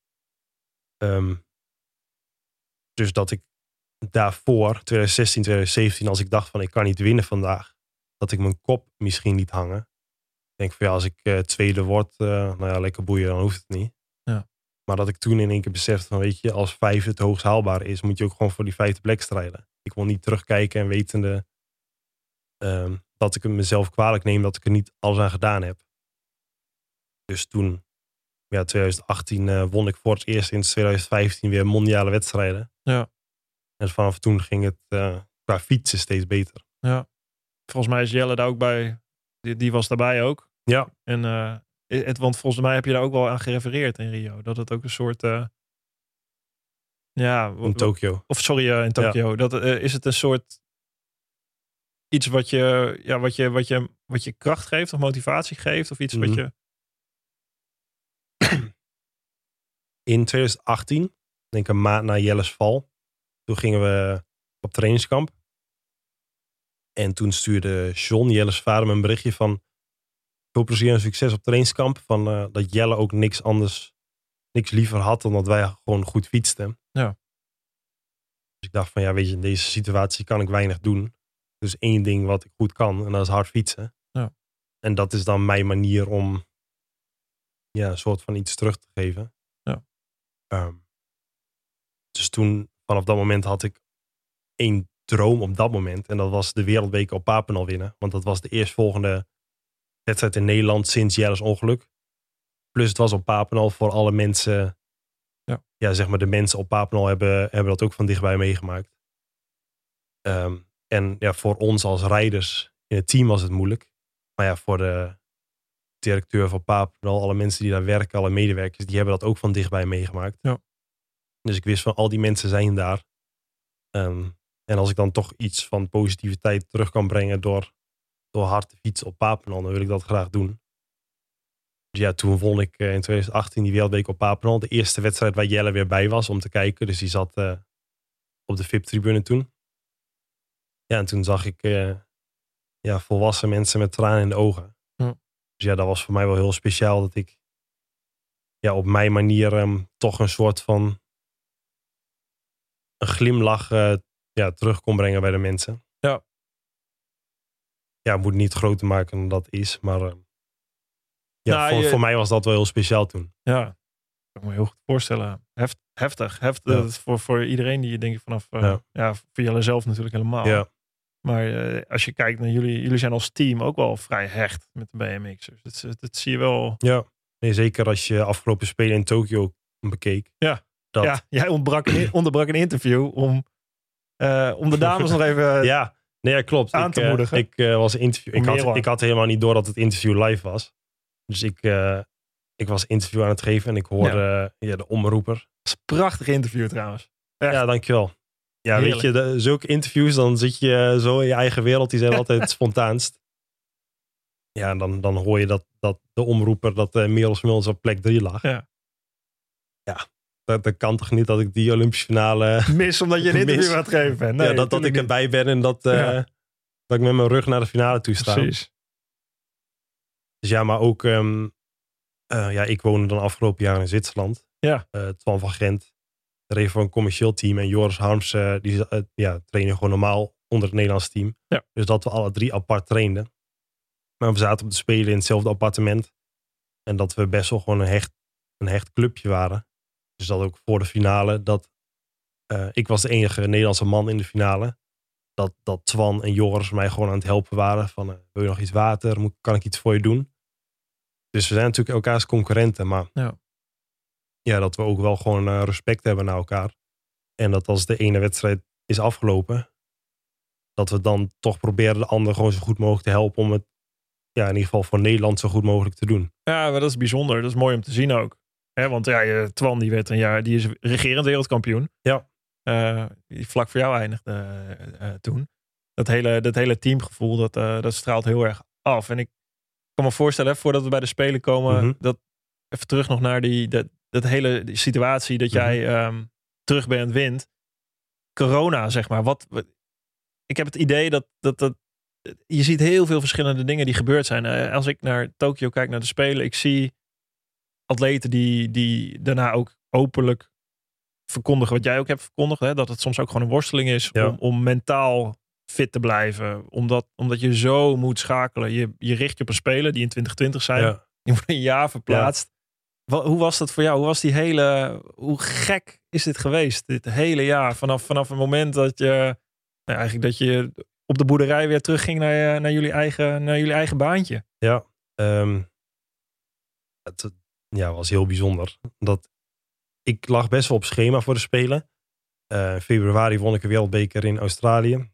Dus dat ik daarvoor, 2016, 2017, als ik dacht van ik kan niet winnen vandaag, dat ik mijn kop misschien liet hangen. Ik denk van als ik tweede word, lekker boeien, dan hoeft het niet. Ja. Maar dat ik toen in één keer besefte van weet je, als 5 het hoogst haalbaar is, moet je ook gewoon voor die 5e plek strijden. Ik wil niet terugkijken en wetende dat ik het mezelf kwalijk neem dat ik er niet alles aan gedaan heb. Dus toen, 2018 won ik voor het eerst sinds 2015 weer mondiale wedstrijden. Ja. En vanaf toen ging het qua fietsen steeds beter. Ja. Volgens mij is Jelle daar ook bij. Die was daarbij ook. Ja. En want volgens mij heb je daar ook wel aan gerefereerd in Rio. Dat het ook een soort... in Tokio. Of sorry, in Tokio. Ja. Is het een soort... Iets wat je kracht geeft of motivatie geeft? Of iets wat je... In 2018, denk ik een maand na Jelle's val, toen gingen we op trainingskamp. En toen stuurde John, Jelle's vader, me een berichtje van veel plezier en succes op trainingskamp. Van dat Jelle ook niks liever had dan dat wij gewoon goed fietsten. Ja. Dus ik dacht van weet je, in deze situatie kan ik weinig doen. Dus 1 ding wat ik goed kan en dat is hard fietsen. Ja. En dat is dan mijn manier om een soort van iets terug te geven. Ja. Dus toen, vanaf dat moment had ik 1 droom op dat moment. En dat was de wereldbeker op Papendal winnen. Want dat was de eerstvolgende wedstrijd in Nederland sinds Jelle's ongeluk. Plus het was op Papendal voor alle mensen. Ja, zeg maar de mensen op Papendal hebben dat ook van dichtbij meegemaakt. En ja, voor ons als rijders in het team was het moeilijk. Maar ja, voor de directeur van Papendal, alle mensen die daar werken, alle medewerkers, die hebben dat ook van dichtbij meegemaakt. Ja. Dus ik wist van al die mensen zijn daar. En als ik dan toch iets van positiviteit terug kan brengen door hard te fietsen op Papendal, dan wil ik dat graag doen. Dus ja, toen won ik in 2018 die wereldbeker op Papendal. De eerste wedstrijd waar Jelle weer bij was om te kijken. Dus die zat op de VIP-tribune toen. Ja, en toen zag ik volwassen mensen met tranen in de ogen. Ja. Dus ja, dat was voor mij wel heel speciaal dat ik op mijn manier toch een soort van een glimlach terug kon brengen bij de mensen. Ja. Ja, het moet niet groter maken dan dat is. Maar voor mij was dat wel heel speciaal toen. Ja, dat kan ik me heel goed voorstellen. Heftig. Ja. Voor iedereen die je denkt vanaf... voor jullie zelf natuurlijk helemaal. Ja. Maar als je kijkt naar jullie zijn als team ook wel vrij hecht met de BMX'ers. Dat zie je wel. Ja, nee, zeker als je afgelopen Spelen in Tokio bekeek. Ja, jij onderbrak een interview om de dames nog even klopt. aan te moedigen. Ik was een interview. Ik had helemaal niet door dat het interview live was. Dus ik was interview aan het geven en ik hoorde de omroeper. Dat is een prachtig interview trouwens. Echt. Ja, dankjewel. Ja, heerlijk. Weet je, zulke interviews, dan zit je zo in je eigen wereld. Die zijn altijd het spontaanst. Ja, en dan hoor je dat de omroeper, dat Merel Smulders op plek 3 lag. Ja. Dat kan toch niet dat ik die Olympische finale mis, omdat je een interview aan het geven bent. Nee, dat ik erbij ben en dat ik met mijn rug naar de finale toe sta. Precies. Dus ja, maar ook ik woonde dan afgelopen jaar in Zwitserland. Ja. Twan van Gent reed voor een commercieel team. En Joris Harms, die trainen gewoon normaal onder het Nederlands team. Ja. Dus dat we alle 3 apart trainden. Maar we zaten op de Spelen in hetzelfde appartement. En dat we best wel gewoon een hecht clubje waren. Dus dat ook voor de finale. Ik was de enige Nederlandse man in de finale. Dat Twan en Joris mij gewoon aan het helpen waren. Van, wil je nog iets water? Kan ik iets voor je doen? Dus we zijn natuurlijk elkaars concurrenten. Maar dat we ook wel gewoon respect hebben naar elkaar. En dat als de ene wedstrijd is afgelopen, dat we dan toch proberen de ander gewoon zo goed mogelijk te helpen om het in ieder geval voor Nederland zo goed mogelijk te doen. Ja, maar dat is bijzonder. Dat is mooi om te zien ook. Want Twan die is regerend wereldkampioen. Ja. Die vlak voor jou eindigde toen. Dat hele teamgevoel, dat straalt heel erg af. En ik kan me voorstellen, voordat we bij de Spelen komen, dat even terug nog naar dat hele situatie dat jij terug bent wint. Corona, zeg maar. Ik heb het idee dat je ziet heel veel verschillende dingen die gebeurd zijn. Als ik naar Tokio kijk, naar de Spelen, ik zie atleten die daarna ook openlijk verkondigen wat jij ook hebt verkondigd. Hè? Dat het soms ook gewoon een worsteling is om mentaal fit te blijven. Omdat je zo moet schakelen. Je richt je op een Spelen die in 2020 zijn. Ja. Die wordt een jaar verplaatst. Ja. Hoe was dat voor jou? Hoe gek is dit geweest? Dit hele jaar. Vanaf het moment dat je dat je op de boerderij weer terugging naar jullie eigen baantje. Ja. Het was heel bijzonder. Ik lag best wel op schema voor de Spelen. In februari won ik een wereldbeker in Australië.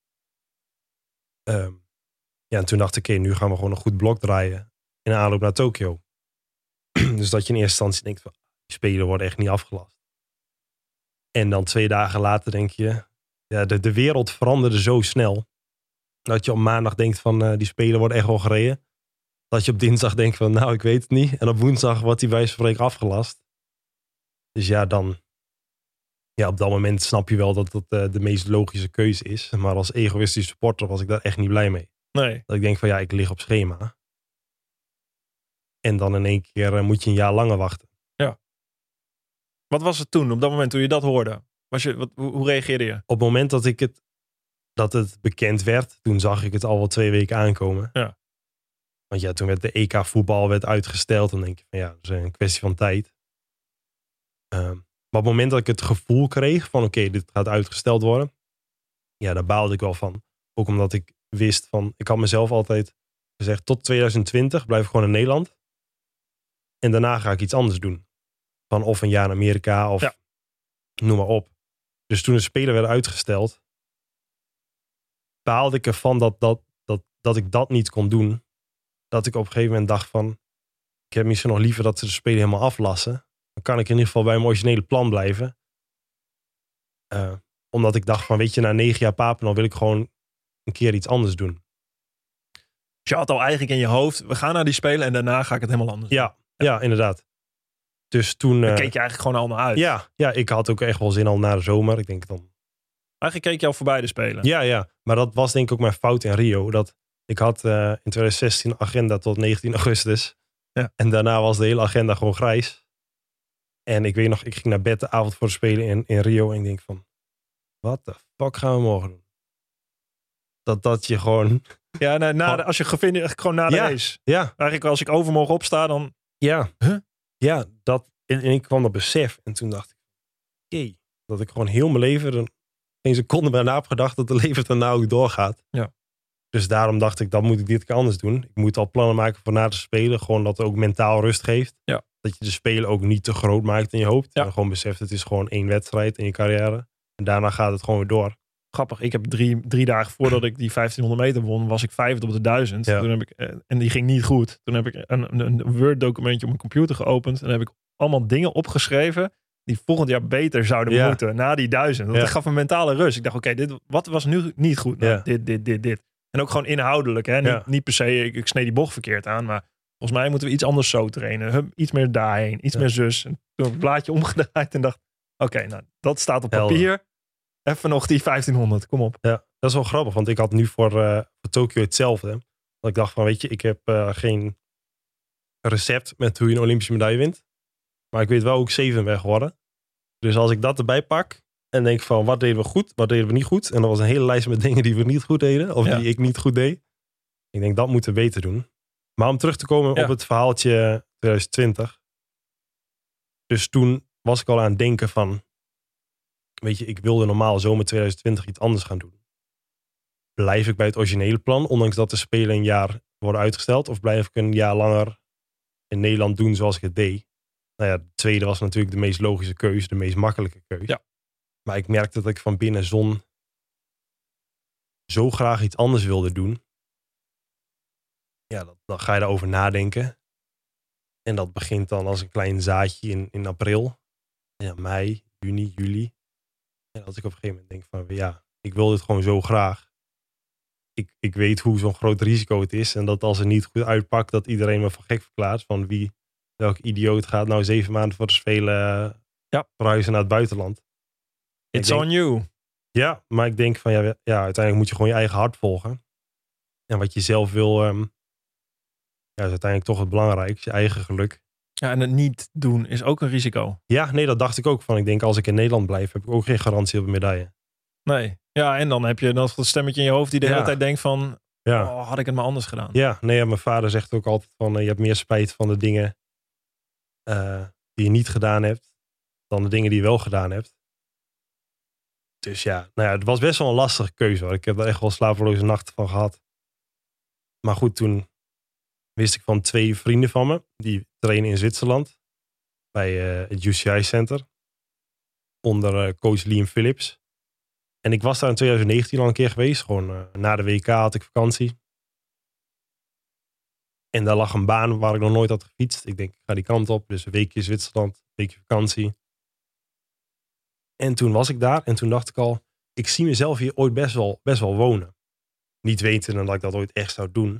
En toen dacht ik, nu gaan we gewoon een goed blok draaien in aanloop naar Tokio. Dus dat je in eerste instantie denkt van, die Spelen worden echt niet afgelast. En dan 2 dagen later denk je, de wereld veranderde zo snel. Dat je op maandag denkt van, die Spelen worden echt wel gereden. Dat je op dinsdag denkt van, ik weet het niet. En op woensdag wordt die bij wijze van spreken afgelast. Dus op dat moment snap je wel dat dat de meest logische keuze is. Maar als egoïstische supporter was ik daar echt niet blij mee. Nee. Dat ik denk van, ik lig op schema. En dan in één keer moet je een jaar langer wachten. Ja. Wat was het toen, op dat moment toen je dat hoorde? Hoe reageerde je? Op het moment dat het bekend werd, toen zag ik het al wel 2 weken aankomen. Ja. Want ja, toen werd de EK voetbal uitgesteld. Dan denk je van ja, dat is een kwestie van tijd. Maar op het moment dat ik het gevoel kreeg van oké, dit gaat uitgesteld worden. Ja, daar baalde ik wel van. Ook omdat ik wist van, ik had mezelf altijd gezegd tot 2020 blijf ik gewoon in Nederland. En daarna ga ik iets anders doen. Van of een jaar in Amerika of noem maar op. Dus toen de Spelen werden uitgesteld, baalde ik ervan dat ik dat niet kon doen. Dat ik op een gegeven moment dacht van, ik heb misschien nog liever dat ze de Spelen helemaal aflassen. Dan kan ik in ieder geval bij mijn originele plan blijven. Omdat ik dacht van, weet je, na 9 jaar Papendal wil ik gewoon een keer iets anders doen. Je had al eigenlijk in je hoofd, we gaan naar die Spelen en daarna ga ik het helemaal anders doen. Ja, inderdaad. Dus toen... Daar keek je eigenlijk gewoon allemaal uit. Ja, ik had ook echt wel zin al na de zomer. Ik denk dan... Eigenlijk keek je al voorbij de Spelen. Ja. Maar dat was denk ik ook mijn fout in Rio. Dat ik had in 2016 een agenda tot 19 augustus. Ja. En daarna was de hele agenda gewoon grijs. En ik weet nog, ik ging naar bed de avond voor de Spelen in Rio. En ik denk van, wat de fuck gaan we morgen doen? Dat je gewoon... Ja, als je gewoon na de race. Ja. Eigenlijk als ik overmorgen opsta, dan... Ja. Huh? Ja, en ik kwam dat besef. En toen dacht ik, oké, dat ik gewoon heel mijn leven geen seconde bij na heb gedacht dat het leven daarna ook doorgaat. Ja. Dus daarom dacht ik, dat moet ik dit keer anders doen. Ik moet al plannen maken voor na de Spelen. Gewoon dat het ook mentaal rust geeft. Ja. Dat je de Spelen ook niet te groot maakt in je hoofd. Ja. En gewoon beseft, het is gewoon 1 wedstrijd in je carrière. En daarna gaat het gewoon weer door. Grappig, ik heb drie dagen voordat ik die 1500 meter won, was ik 5 op de 1000. Ja. Toen heb ik, en die ging niet goed. Toen heb ik een Word documentje op mijn computer geopend. En heb ik allemaal dingen opgeschreven die volgend jaar beter zouden moeten. Na die 1000. Want dat gaf me mentale rust. Ik dacht, oké, wat was nu niet goed? Nou, dit. En ook gewoon inhoudelijk. Hè? Niet per se, ik sneed die bocht verkeerd aan. Maar volgens mij moeten we iets anders zo trainen. Iets meer daarheen, iets meer zus. En toen heb ik het blaadje omgedraaid en dacht, oké, nou, dat staat op papier. Even nog die 1500, kom op. Ja, dat is wel grappig, want ik had nu voor Tokio hetzelfde. Dat ik dacht van, weet je, ik heb geen recept met hoe je een Olympische medaille wint. Maar ik weet wel hoe ik 7 ben geworden. Dus als ik dat erbij pak en denk van, wat deden we goed, wat deden we niet goed. En er was een hele lijst met dingen die we niet goed deden, of die ik niet goed deed. Ik denk, dat moeten we beter doen. Maar om terug te komen op het verhaaltje 2020. Dus toen was ik al aan het denken van, weet je, ik wilde normaal zomer 2020 iets anders gaan doen. Blijf ik bij het originele plan, ondanks dat de Spelen een jaar worden uitgesteld? Of blijf ik een jaar langer in Nederland doen zoals ik het deed? Nou ja, de tweede was natuurlijk de meest logische keuze, de meest makkelijke keuze. Ja. Maar ik merkte dat ik van binnen zo graag iets anders wilde doen. Ja, dan ga je daarover nadenken. En dat begint dan als een klein zaadje in april. Ja, mei, juni, juli. En als ik op een gegeven moment denk van, ja, ik wil dit gewoon zo graag. Ik weet hoe zo'n groot risico het is. En dat als het niet goed uitpakt, dat iedereen me voor gek verklaart. Van welke idioot gaat nou 7 maanden voor de Spelen verhuizen naar het buitenland. It's on you. Ja, maar ik denk van, ja, uiteindelijk moet je gewoon je eigen hart volgen. En wat je zelf wil, is uiteindelijk toch het belangrijkste, je eigen geluk. Ja, en het niet doen is ook een risico. Ja, nee, dat dacht ik ook van. Ik denk, als ik in Nederland blijf, heb ik ook geen garantie op een medaille. Nee. Ja, en dan heb je dat stemmetje in je hoofd die de hele tijd denkt van, had ik het maar anders gedaan. Ja, nee, mijn vader zegt ook altijd van, je hebt meer spijt van de dingen die je niet gedaan hebt, dan de dingen die je wel gedaan hebt. Dus ja, nou ja, het was best wel een lastige keuze hoor. Ik heb daar echt wel slapeloze nachten van gehad. Maar goed, toen wist ik van 2 vrienden van me, die trainen in Zwitserland, bij het UCI Center, onder coach Liam Phillips. En ik was daar in 2019 al een keer geweest. Gewoon na de WK had ik vakantie. En daar lag een baan waar ik nog nooit had gefietst. Ik denk, ik ga die kant op. Dus een weekje Zwitserland, een weekje vakantie. En toen was ik daar. En toen dacht ik al, ik zie mezelf hier ooit best wel wonen. Niet weten dat ik dat ooit echt zou doen.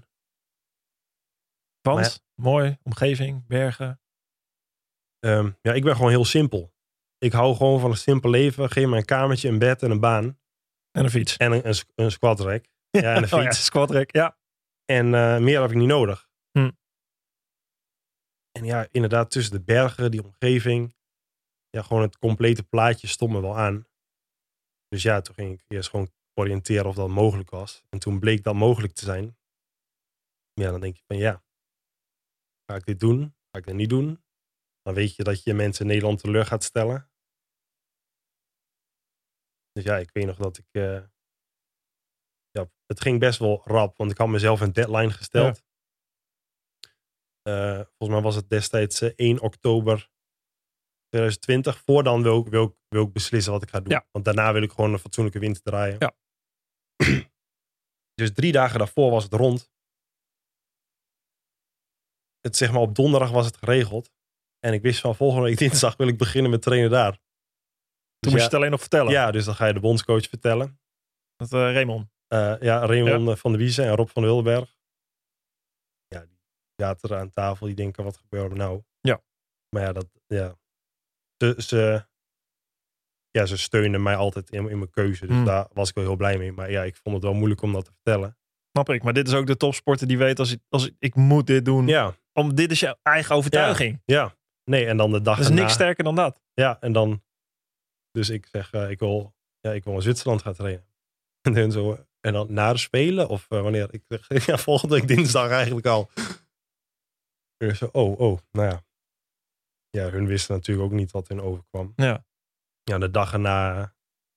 Want, mooi, omgeving, bergen. Ja, ik ben gewoon heel simpel. Ik hou gewoon van een simpel leven. Geef me een kamertje, een bed en een baan. En een fiets. En een squatrack. Ja, en een fiets. Squatrack, ja. En meer heb ik niet nodig. En ja, inderdaad, tussen de bergen, die omgeving. Ja, gewoon het complete plaatje stond me wel aan. Dus ja, toen ging ik eerst gewoon oriënteren of dat mogelijk was. En toen bleek dat mogelijk te zijn. Ja, dan denk je van ja, ga ik dit doen? Ga ik dit niet doen? Dan weet je dat je mensen in Nederland teleur gaat stellen. Dus ja, ik weet nog dat ik... het ging best wel rap, want ik had mezelf een deadline gesteld. Volgens mij was het destijds 1 oktober 2020. Voor dan wil ik beslissen wat ik ga doen. Ja. Want daarna wil ik gewoon een fatsoenlijke winter draaien. Ja. Dus 3 dagen daarvoor was het rond. Het, zeg maar, op donderdag was het geregeld. En ik wist van volgende week dinsdag wil ik beginnen met trainen daar. Toen Dus moest je het alleen nog vertellen. Ja, dus dan ga je de bondscoach vertellen. Dat Raymond. Raymond van der Wiezen en Rob van Wildenberg. Ja, die zaten er aan tafel. Die denken, wat gebeurt er nou? Ja. Maar ja, ze steunen mij altijd in mijn keuze. Dus daar was ik wel heel blij mee. Maar ja, ik vond het wel moeilijk om dat te vertellen. Snap ik. Maar dit is ook de topsporter die weet, als ik moet dit doen. Ja. Dit is je eigen overtuiging. Ja. Nee, en dan de dag Dat is niks sterker dan dat. Ja, en dan... Dus ik zeg, ik wil in Zwitserland gaan trainen. En dan zo... En dan na de Spelen? Of wanneer? Ik zeg, ja, volgende week dinsdag eigenlijk al. En zo, nou ja. Ja, hun wisten natuurlijk ook niet wat hun overkwam. Ja. Ja, de dag erna...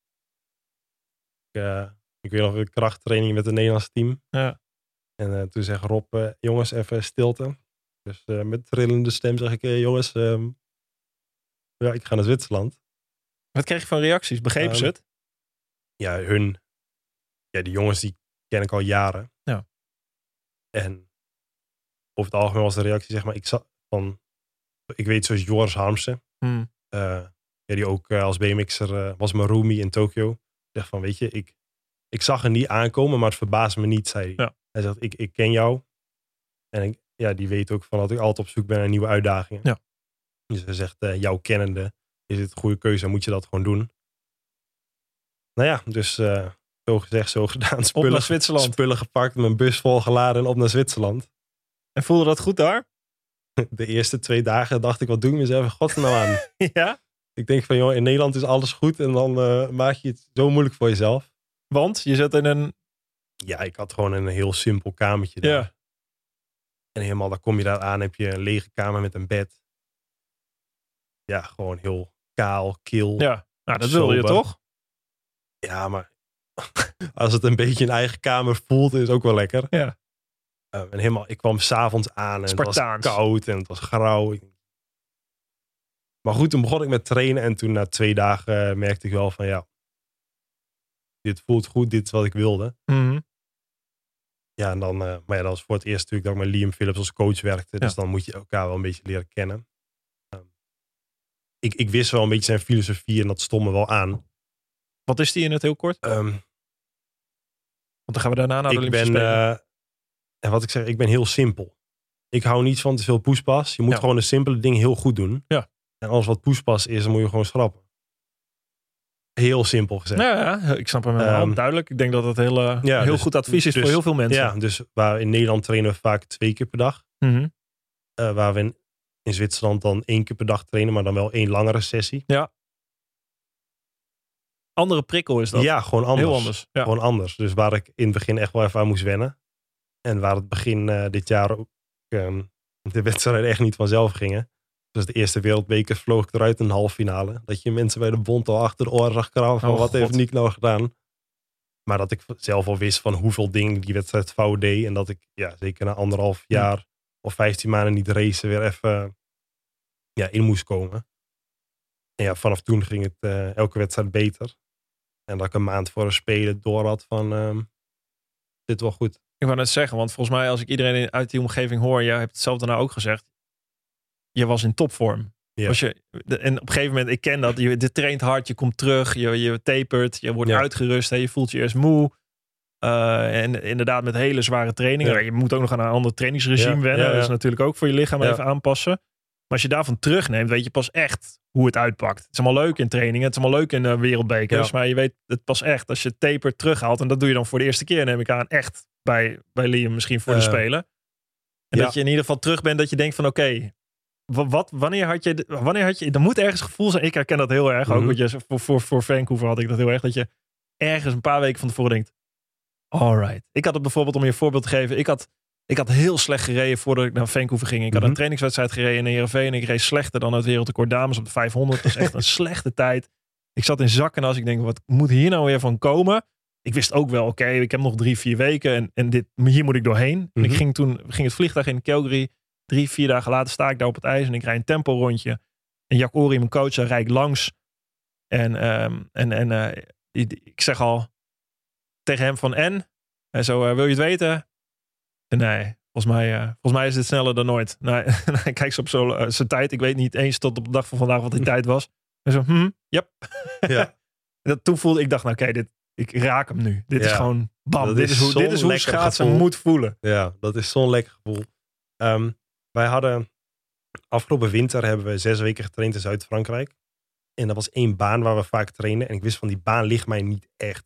Ik weet nog een krachttraining met het Nederlands team. Ja. En toen zegt Rob, jongens, even stilte. Dus met trillende stem zeg ik, jongens, ja, ik ga naar Zwitserland. Wat kreeg je van reacties? Begrepen ze het? Ja, die jongens die ken ik al jaren. Ja. En over het algemeen was de reactie, zeg maar, ik weet zoals Joris Harmsen. Die ook als BMX'er was mijn roomie in Tokio. Zegt van, weet je, ik zag er niet aankomen, maar het verbaasde me niet, zei hij. Ja. Hij zegt, ik ken jou. En die weet ook van dat ik altijd op zoek ben naar nieuwe uitdagingen. Ja. Dus hij zegt, jouw kennende, is het een goede keuze en moet je dat gewoon doen. Nou ja, dus zo gezegd, zo gedaan. Op naar Zwitserland. Spullen gepakt, mijn bus volgeladen en op naar Zwitserland. En voelde dat goed daar? De eerste 2 dagen dacht ik, wat doe ik mezelf in godsnaam aan? Ja? Ik denk van, joh, in Nederland is alles goed en dan maak je het zo moeilijk voor jezelf. Want je zat in een... Ja, ik had gewoon een heel simpel kamertje daar. Ja. En helemaal, daar kom je daar aan, heb je een lege kamer met een bed. Ja, gewoon heel kaal, kil. Ja, nou, dat wil je toch? Ja, maar als het een beetje een eigen kamer voelt, is het ook wel lekker. Ja. En helemaal, ik kwam 's avonds aan en Spartaans. Het was koud en het was grauw. Maar goed, toen begon ik met trainen en toen na 2 dagen merkte ik wel van ja, dit voelt goed, dit is wat ik wilde. Mm-hmm. Ja, en dan, maar ja, dat was voor het eerst natuurlijk dat ik met Liam Phillips als coach werkte. Dus dan moet je elkaar wel een beetje leren kennen. Ik wist wel een beetje zijn filosofie en dat stond me wel aan. Wat is die in het heel kort? Want dan gaan we daarna naar de Olympische Spelen. En wat ik zeg, ik ben heel simpel. Ik hou niet van te veel poespas. Je moet gewoon de simpele dingen heel goed doen. Ja. En alles wat poespas is, dan moet je gewoon schrappen. Heel simpel gezegd. Ja, ik snap hem helemaal duidelijk. Ik denk dat het heel goed advies is voor heel veel mensen. Ja, dus waar in Nederland trainen we vaak 2 keer per dag. Mm-hmm. Waar we in Zwitserland dan 1 keer per dag trainen, maar dan wel 1 langere sessie. Ja. Andere prikkel is dat. Ja, gewoon anders. Heel anders. Ja. Gewoon anders. Dus waar ik in het begin echt wel even aan moest wennen. En waar het begin dit jaar ook de wedstrijden echt niet vanzelf gingen. Dus de eerste wereldbeker vloog ik eruit in de halve finale. Dat je mensen bij de bond al achter de oren zag krabben van wat heeft Nick nou gedaan. Maar dat ik zelf al wist van hoeveel dingen die wedstrijd fout deed. En dat ik zeker na 1,5 jaar of 15 maanden niet racen weer even in moest komen. En vanaf toen ging het elke wedstrijd beter. En dat ik een maand voor een spelen door had van dit wel goed. Ik wou net zeggen, want volgens mij als ik iedereen uit die omgeving hoor, jij hebt het zelf daarna ook gezegd, je was in topvorm. Ja. En op een gegeven moment, ik ken dat, je traint hard, je komt terug, je tapert, je wordt uitgerust, je voelt je eerst moe. En inderdaad met hele zware trainingen. Ja. Je moet ook nog aan een ander trainingsregime wennen. Dat is natuurlijk ook voor je lichaam even aanpassen. Maar als je daarvan terugneemt, weet je pas echt hoe het uitpakt. Het is allemaal leuk in trainingen, het is allemaal leuk in wereldbekers. Maar je weet het pas echt als je taper terughaalt. En dat doe je dan voor de eerste keer, neem ik aan, echt bij Liam misschien voor de Spelen. En dat je in ieder geval terug bent, dat je denkt van oké, wanneer had je, er moet ergens gevoel zijn. Ik herken dat heel erg. Ook voor Vancouver had ik dat heel erg. Dat je ergens een paar weken van tevoren denkt, alright. Ik had het bijvoorbeeld, om je een voorbeeld te geven. Ik had heel slecht gereden voordat ik naar Vancouver ging. Ik had een trainingswedstrijd gereden in Heerenveen. En ik reed slechter dan het wereldrecord dames op de 500. Dat is echt een slechte tijd. Ik zat in zakken als ik denk, wat moet hier nou weer van komen? Ik wist ook wel, oké, ik heb nog 3-4 weken en hier moet ik doorheen. En ik ging het vliegtuig in Calgary. 3-4 dagen later sta ik daar op het ijs en ik rijd een tempo rondje. En Jack Ory, mijn coach, daar rijd ik langs. Ik zeg al tegen hem van en zo, wil je het weten? Nee, volgens mij is dit sneller dan nooit. Nee, kijk ze op zijn tijd. Ik weet niet eens tot op de dag van vandaag wat die tijd was. En zo, yep. Ja. Toen voelde ik, dacht, nou oké, ik raak hem nu. Dit is gewoon bam. Dit is hoe schaatsen moet voelen. Ja, dat is zo'n lekker gevoel. Wij hadden afgelopen winter hebben we 6 weken getraind in Zuid-Frankrijk. En dat was 1 baan waar we vaak trainen. En ik wist van die baan ligt mij niet echt.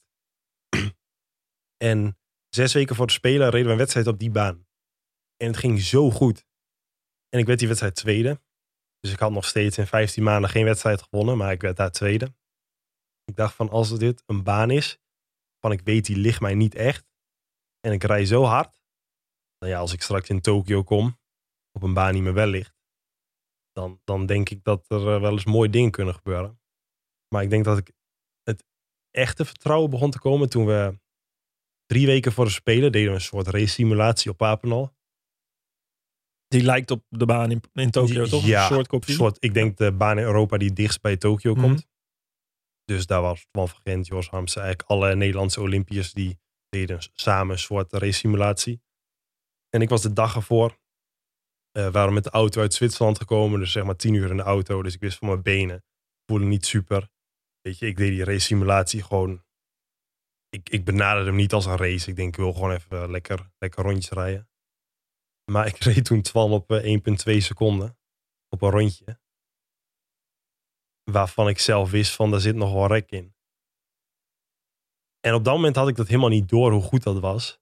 En 6 weken voor de Spelen reden we een wedstrijd op die baan. En het ging zo goed. En ik werd die wedstrijd tweede. Dus ik had nog steeds in 15 maanden geen wedstrijd gewonnen. Maar ik werd daar tweede. Ik dacht van als dit een baan is. Van ik weet die ligt mij niet echt. En ik rij zo hard. Nou ja, als ik straks in Tokio kom. Op een baan die me wel ligt. Dan denk ik dat er wel eens mooie dingen kunnen gebeuren. Maar ik denk dat ik het echte vertrouwen begon te komen toen we 3 weken voor de Spelen deden we een soort race simulatie op Papenal. Die lijkt op de baan in Tokio, toch? Ja, een soort kopie. Ik denk de baan in Europa die dichtst bij Tokio komt. Dus daar was Twan van Gent, Jos Harmsen, eigenlijk alle Nederlandse Olympiërs die deden samen een soort race simulatie. En ik was de dag ervoor. We waren met de auto uit Zwitserland gekomen. Dus zeg maar 10 uur in de auto. Dus ik wist van mijn benen. Voelde niet super. Weet je, ik deed die race simulatie gewoon. Ik benaderde hem niet als een race. Ik denk, ik wil gewoon even lekker rondjes rijden. Maar ik reed toen Twan op 1,2 seconden. Op een rondje. Waarvan ik zelf wist van, daar zit nog wel rek in. En op dat moment had ik dat helemaal niet door hoe goed dat was.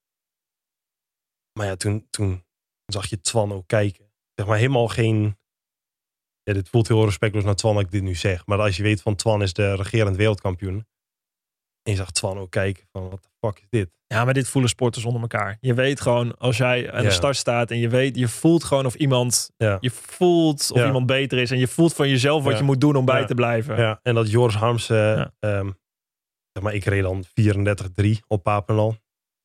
Maar ja, toen zag je Twan ook kijken. Zeg maar helemaal geen... Ja, dit voelt heel respectloos naar Twan dat ik dit nu zeg. Maar als je weet van Twan is de regerend wereldkampioen. En je zag Twan ook kijken van wat de fuck is dit? Ja, maar dit voelen sporters onder elkaar. Je weet gewoon als jij aan de start staat en je voelt gewoon of iemand... Ja. Je voelt of iemand beter is. En je voelt van jezelf wat je moet doen om bij te blijven. Ja, en dat Joris Harmsen... zeg maar, ik reed dan 34-3 op Papenal.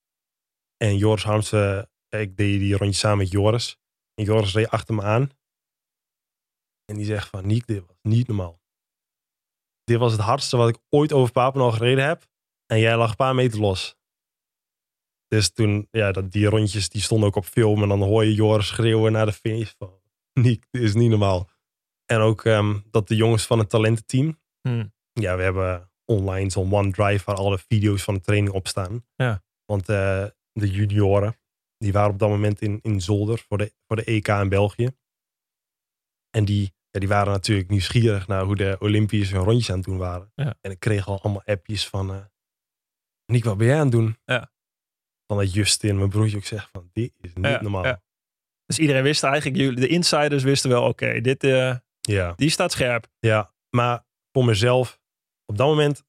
En Joris Harmsen... Ik deed die rondje samen met Joris. En Joris reed achter me aan. En die zegt van, Niek, dit was niet normaal. Dit was het hardste wat ik ooit over Papenal gereden heb. En jij lag een paar meter los. Dus toen, die rondjes die stonden ook op film. En dan hoor je Joris schreeuwen naar de finish van, Niek, dit is niet normaal. En ook dat de jongens van het talententeam. Ja, we hebben online zo'n OneDrive waar alle video's van de training op staan. Ja. Want de junioren, die waren op dat moment in Zolder voor de EK in België. En die waren natuurlijk nieuwsgierig naar hoe de Olympiërs hun rondjes aan het doen waren. Ja. En ik kreeg al allemaal appjes van... Niek, wat ben jij aan het doen? Ja. Van dat Justin, mijn broertje, ook zegt van... Dit is niet normaal. Ja. Dus iedereen wist eigenlijk... De insiders wisten wel, oké, dit... Die staat scherp. Ja, maar voor mezelf... Op dat moment...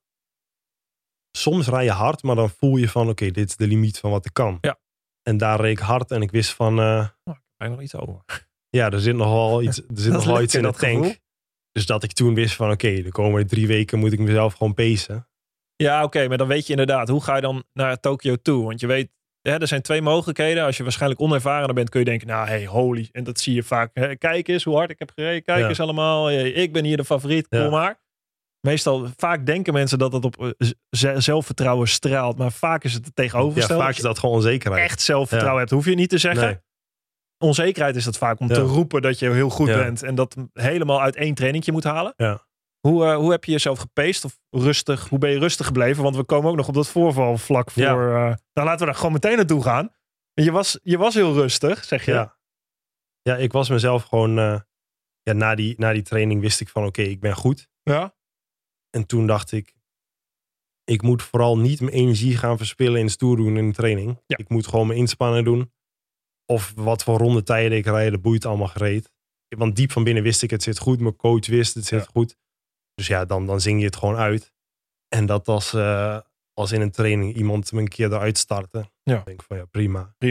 Soms rij je hard, maar dan voel je van... Oké, dit is de limiet van wat ik kan. Ja. En daar reed ik hard en ik wist van... ik heb nog iets over. Ja, er zit nog wel iets, iets in de tank. Gevoel? Dus dat ik toen wist van oké, de komende 3 weken moet ik mezelf gewoon pacen. Ja, oké, maar dan weet je inderdaad, hoe ga je dan naar Tokio toe? Want je weet, er zijn 2 mogelijkheden. Als je waarschijnlijk onervaren bent, kun je denken, nou hey, holy. En dat zie je vaak. Kijk eens hoe hard ik heb gereden. Kijk eens allemaal. Ik ben hier de favoriet, kom maar. Meestal, vaak denken mensen dat het op zelfvertrouwen straalt. Maar vaak is het het tegenovergestelde. Ja, vaak is dat gewoon onzekerheid. Echt zelfvertrouwen hebt, hoef je niet te zeggen. Nee. Onzekerheid is het vaak om te roepen dat je heel goed bent. En dat helemaal uit 1 trainingje moet halen. Ja. Hoe heb je jezelf gepaced? Of rustig? Hoe ben je rustig gebleven? Want we komen ook nog op dat voorvalvlak voor... nou, laten we daar gewoon meteen naartoe gaan. Je was heel rustig, zeg je. Ja, ik was mezelf gewoon... na die training wist ik van oké, ik ben goed. Ja. En toen dacht ik... Ik moet vooral niet mijn energie gaan verspillen in de stoer doen in de training. Ja. Ik moet gewoon mijn inspanningen doen. Of wat voor rondetijden ik rijd, dat boeit allemaal gereed. Want diep van binnen wist ik, het zit goed. Mijn coach wist, het zit goed. Dus ja, dan zing je het gewoon uit. En dat als in een training iemand me een keer eruit starten. Ja. Dan denk ik van ja, prima.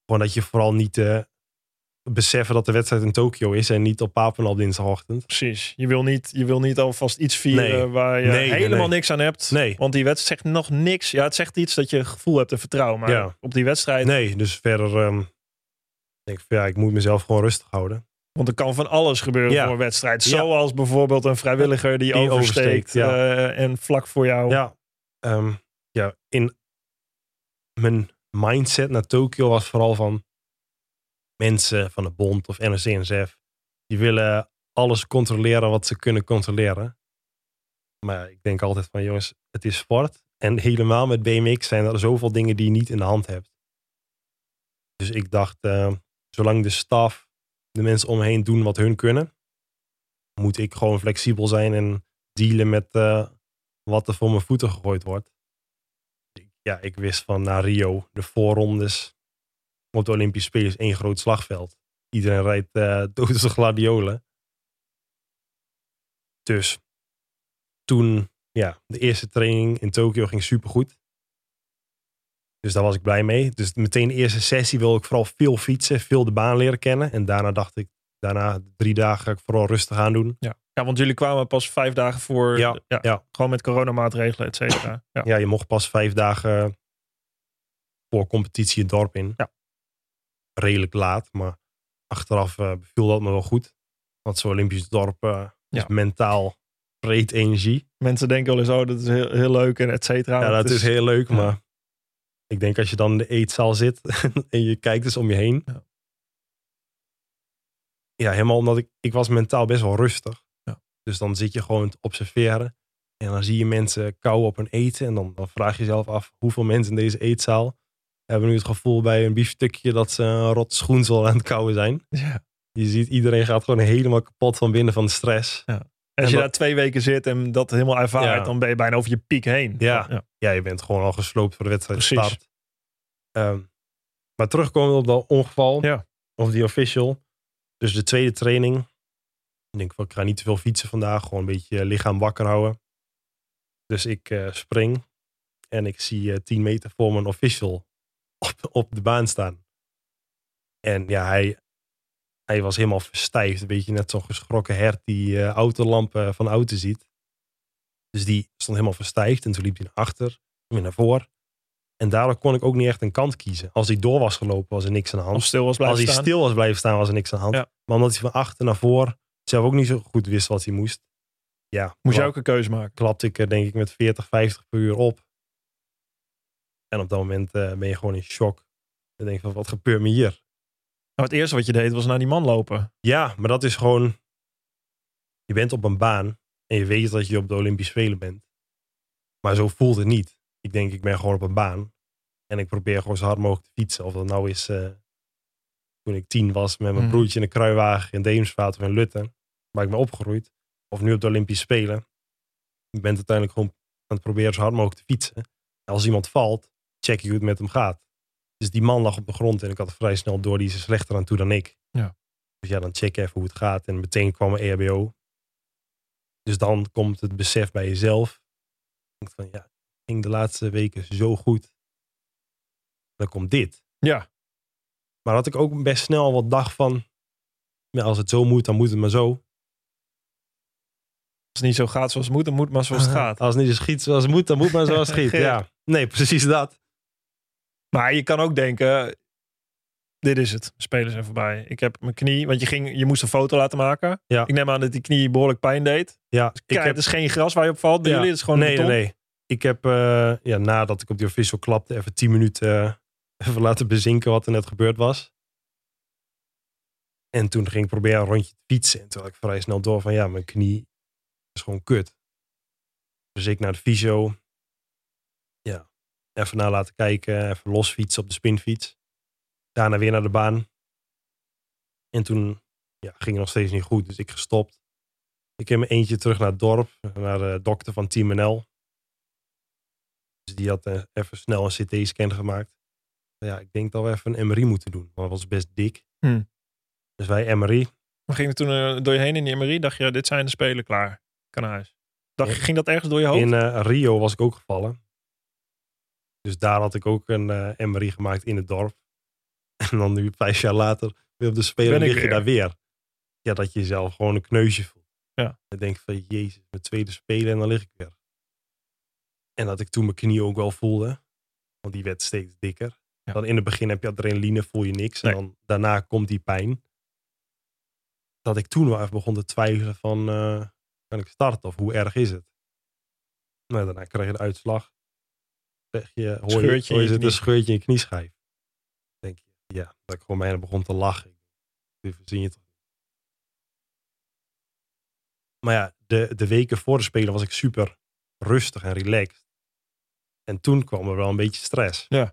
Gewoon dat je vooral niet beseffen dat de wedstrijd in Tokio is en niet op Papendal dinsdagochtend. Precies. Je wil niet alvast iets vieren waar je helemaal niks aan hebt. Nee. Want die wedstrijd zegt nog niks. Ja, het zegt iets dat je gevoel hebt en vertrouwen. Maar op die wedstrijd... Nee, dus verder denk ik van ik moet mezelf gewoon rustig houden. Want er kan van alles gebeuren voor een wedstrijd. Zoals bijvoorbeeld een vrijwilliger die oversteekt. En vlak voor jou. In mijn mindset naar Tokio was vooral van mensen van de bond of NOC-NSF. Die willen alles controleren wat ze kunnen controleren. Maar ik denk altijd van jongens, het is sport. En helemaal met BMX zijn er zoveel dingen die je niet in de hand hebt. Dus ik dacht, zolang de staf, de mensen om me heen doen wat hun kunnen, moet ik gewoon flexibel zijn en dealen met wat er voor mijn voeten gegooid wordt. Ik wist van na Rio, de voorrondes op de Olympische Spelen is één groot slagveld. Iedereen rijdt dood als een gladiolen. Dus toen, de eerste training in Tokio ging supergoed. Dus daar was ik blij mee. Dus meteen de eerste sessie wilde ik vooral veel fietsen, veel de baan leren kennen. En daarna dacht ik, 3 dagen ga ik vooral rustig aan doen. Ja, want jullie kwamen pas 5 dagen voor, gewoon met coronamaatregelen, et cetera. Ja, je mocht pas 5 dagen voor competitie het dorp in. Ja. Redelijk laat, maar achteraf beviel dat me wel goed. Want zo'n Olympisch dorp is mentaal breed energie. Mensen denken wel eens, dat is heel, heel leuk en et cetera. Ja, dat is heel leuk, maar ik denk als je dan in de eetzaal zit en je kijkt eens om je heen. Ja, helemaal omdat ik was mentaal best wel rustig. Ja. Dus dan zit je gewoon te observeren. En dan zie je mensen kauwen op hun eten. En dan vraag je jezelf af hoeveel mensen in deze eetzaal hebben nu het gevoel bij een biefstukje dat ze een rot schoensel aan het kauwen zijn. Ja. Je ziet iedereen gaat gewoon helemaal kapot van binnen van de stress. Ja. En als je daar 2 weken zit en dat helemaal ervaart, dan ben je bijna over je piek heen. Ja, je bent gewoon al gesloopt voor de wedstrijd start. Maar terugkomen op dat ongeval, of die official. Dus de tweede training. Ik denk van, ik ga niet te veel fietsen vandaag. Gewoon een beetje lichaam wakker houden. Dus ik spring. En ik zie 10 meter voor mijn official op de baan staan. En hij was helemaal verstijfd. Een beetje net zo'n geschrokken hert die autolampen van de auto ziet. Dus die stond helemaal verstijfd. En toen liep hij naar achter. Weer naar voor. En daardoor kon ik ook niet echt een kant kiezen. Als hij door was gelopen, was er niks aan de hand. Als hij stil was blijven staan, was er niks aan de hand. Ja. Maar omdat hij van achter naar voor zelf ook niet zo goed wist wat hij moest. Moest je ook een keuze maken? Klapte ik er denk ik met 40, 50 per uur op. En op dat moment ben je gewoon in shock. Dan denk je van, wat gebeurt me hier? Nou, het eerste wat je deed was naar die man lopen. Ja, maar dat is gewoon... Je bent op een baan en je weet dat je op de Olympische Spelen bent. Maar zo voelt het niet. Ik denk, ik ben gewoon op een baan. En ik probeer gewoon zo hard mogelijk te fietsen. Of dat nou is toen ik 10 was met mijn broertje in de kruiwagen in Deemsvaart of in Lutten. Waar ik ben opgegroeid. Of nu op de Olympische Spelen. Ik ben uiteindelijk gewoon aan het proberen zo hard mogelijk te fietsen. En als iemand valt, check je hoe het met hem gaat. Dus die man lag op de grond en ik had vrij snel door, die is er slechter aan toe dan ik. Ja. Dus dan check je even hoe het gaat. En meteen kwam een EHBO. Dus dan komt het besef bij jezelf. Ik denk van ging de laatste weken zo goed. Dan komt dit. Ja. Maar had ik ook best snel wat dacht van, als het zo moet, dan moet het maar zo. Als het niet zo gaat zoals het moet, dan moet maar zoals het gaat. Als het niet zo schiet zoals het moet, dan moet maar zoals het schiet. Ja. Nee, precies dat. Maar je kan ook denken, dit is het. Spelers zijn voorbij. Ik heb mijn knie, want je moest een foto laten maken. Ja. Ik neem aan dat die knie behoorlijk pijn deed. Ja. Dus het is geen gras waar je op valt bij jullie. Het is gewoon nee. Ik heb, nadat ik op die official klapte, even 10 minuten even laten bezinken wat er net gebeurd was. En toen ging ik proberen een rondje te fietsen. En toen had ik vrij snel door van, mijn knie is gewoon kut. Dus ik naar de fysio. Ja, even naar laten kijken. Even los fietsen op de spinfiets. Daarna weer naar de baan. En toen ging het nog steeds niet goed. Dus ik gestopt. Ik heb mijn eentje terug naar het dorp. Naar de dokter van Team NL. Dus die had even snel een CT-scan gemaakt. Ik denk dat we even een MRI moeten doen. Want dat was best dik. Dus wij MRI. Maar ging het toen door je heen in die MRI? Dacht je, dit zijn de Spelen, klaar. Kan naar huis. Ging dat ergens door je hoofd? In Rio was ik ook gevallen. Dus daar had ik ook een MRI gemaakt in het dorp. En dan nu 5 jaar later weer op de Spelen lig je daar weer. Ja, dat je jezelf gewoon een kneusje voelt. Ja. Dan denk ik van, jezus, mijn tweede Spelen en dan lig ik weer. En dat ik toen mijn knie ook wel voelde. Want die werd steeds dikker. Ja. Dan in het begin heb je adrenaline, voel je niks. Nee. En dan daarna komt die pijn. Dat ik toen wel even begon te twijfelen van, kan ik starten of hoe erg is het? Nou, daarna krijg je de uitslag. Hoor je zit een scheurtje in je knieschijf. Dan denk je, ja, dat ik gewoon bijna begon te lachen. Dit verzin je toch niet. Maar ja, de weken voor de Spelen was ik super rustig en relaxed. En toen kwam er wel een beetje stress. Ja.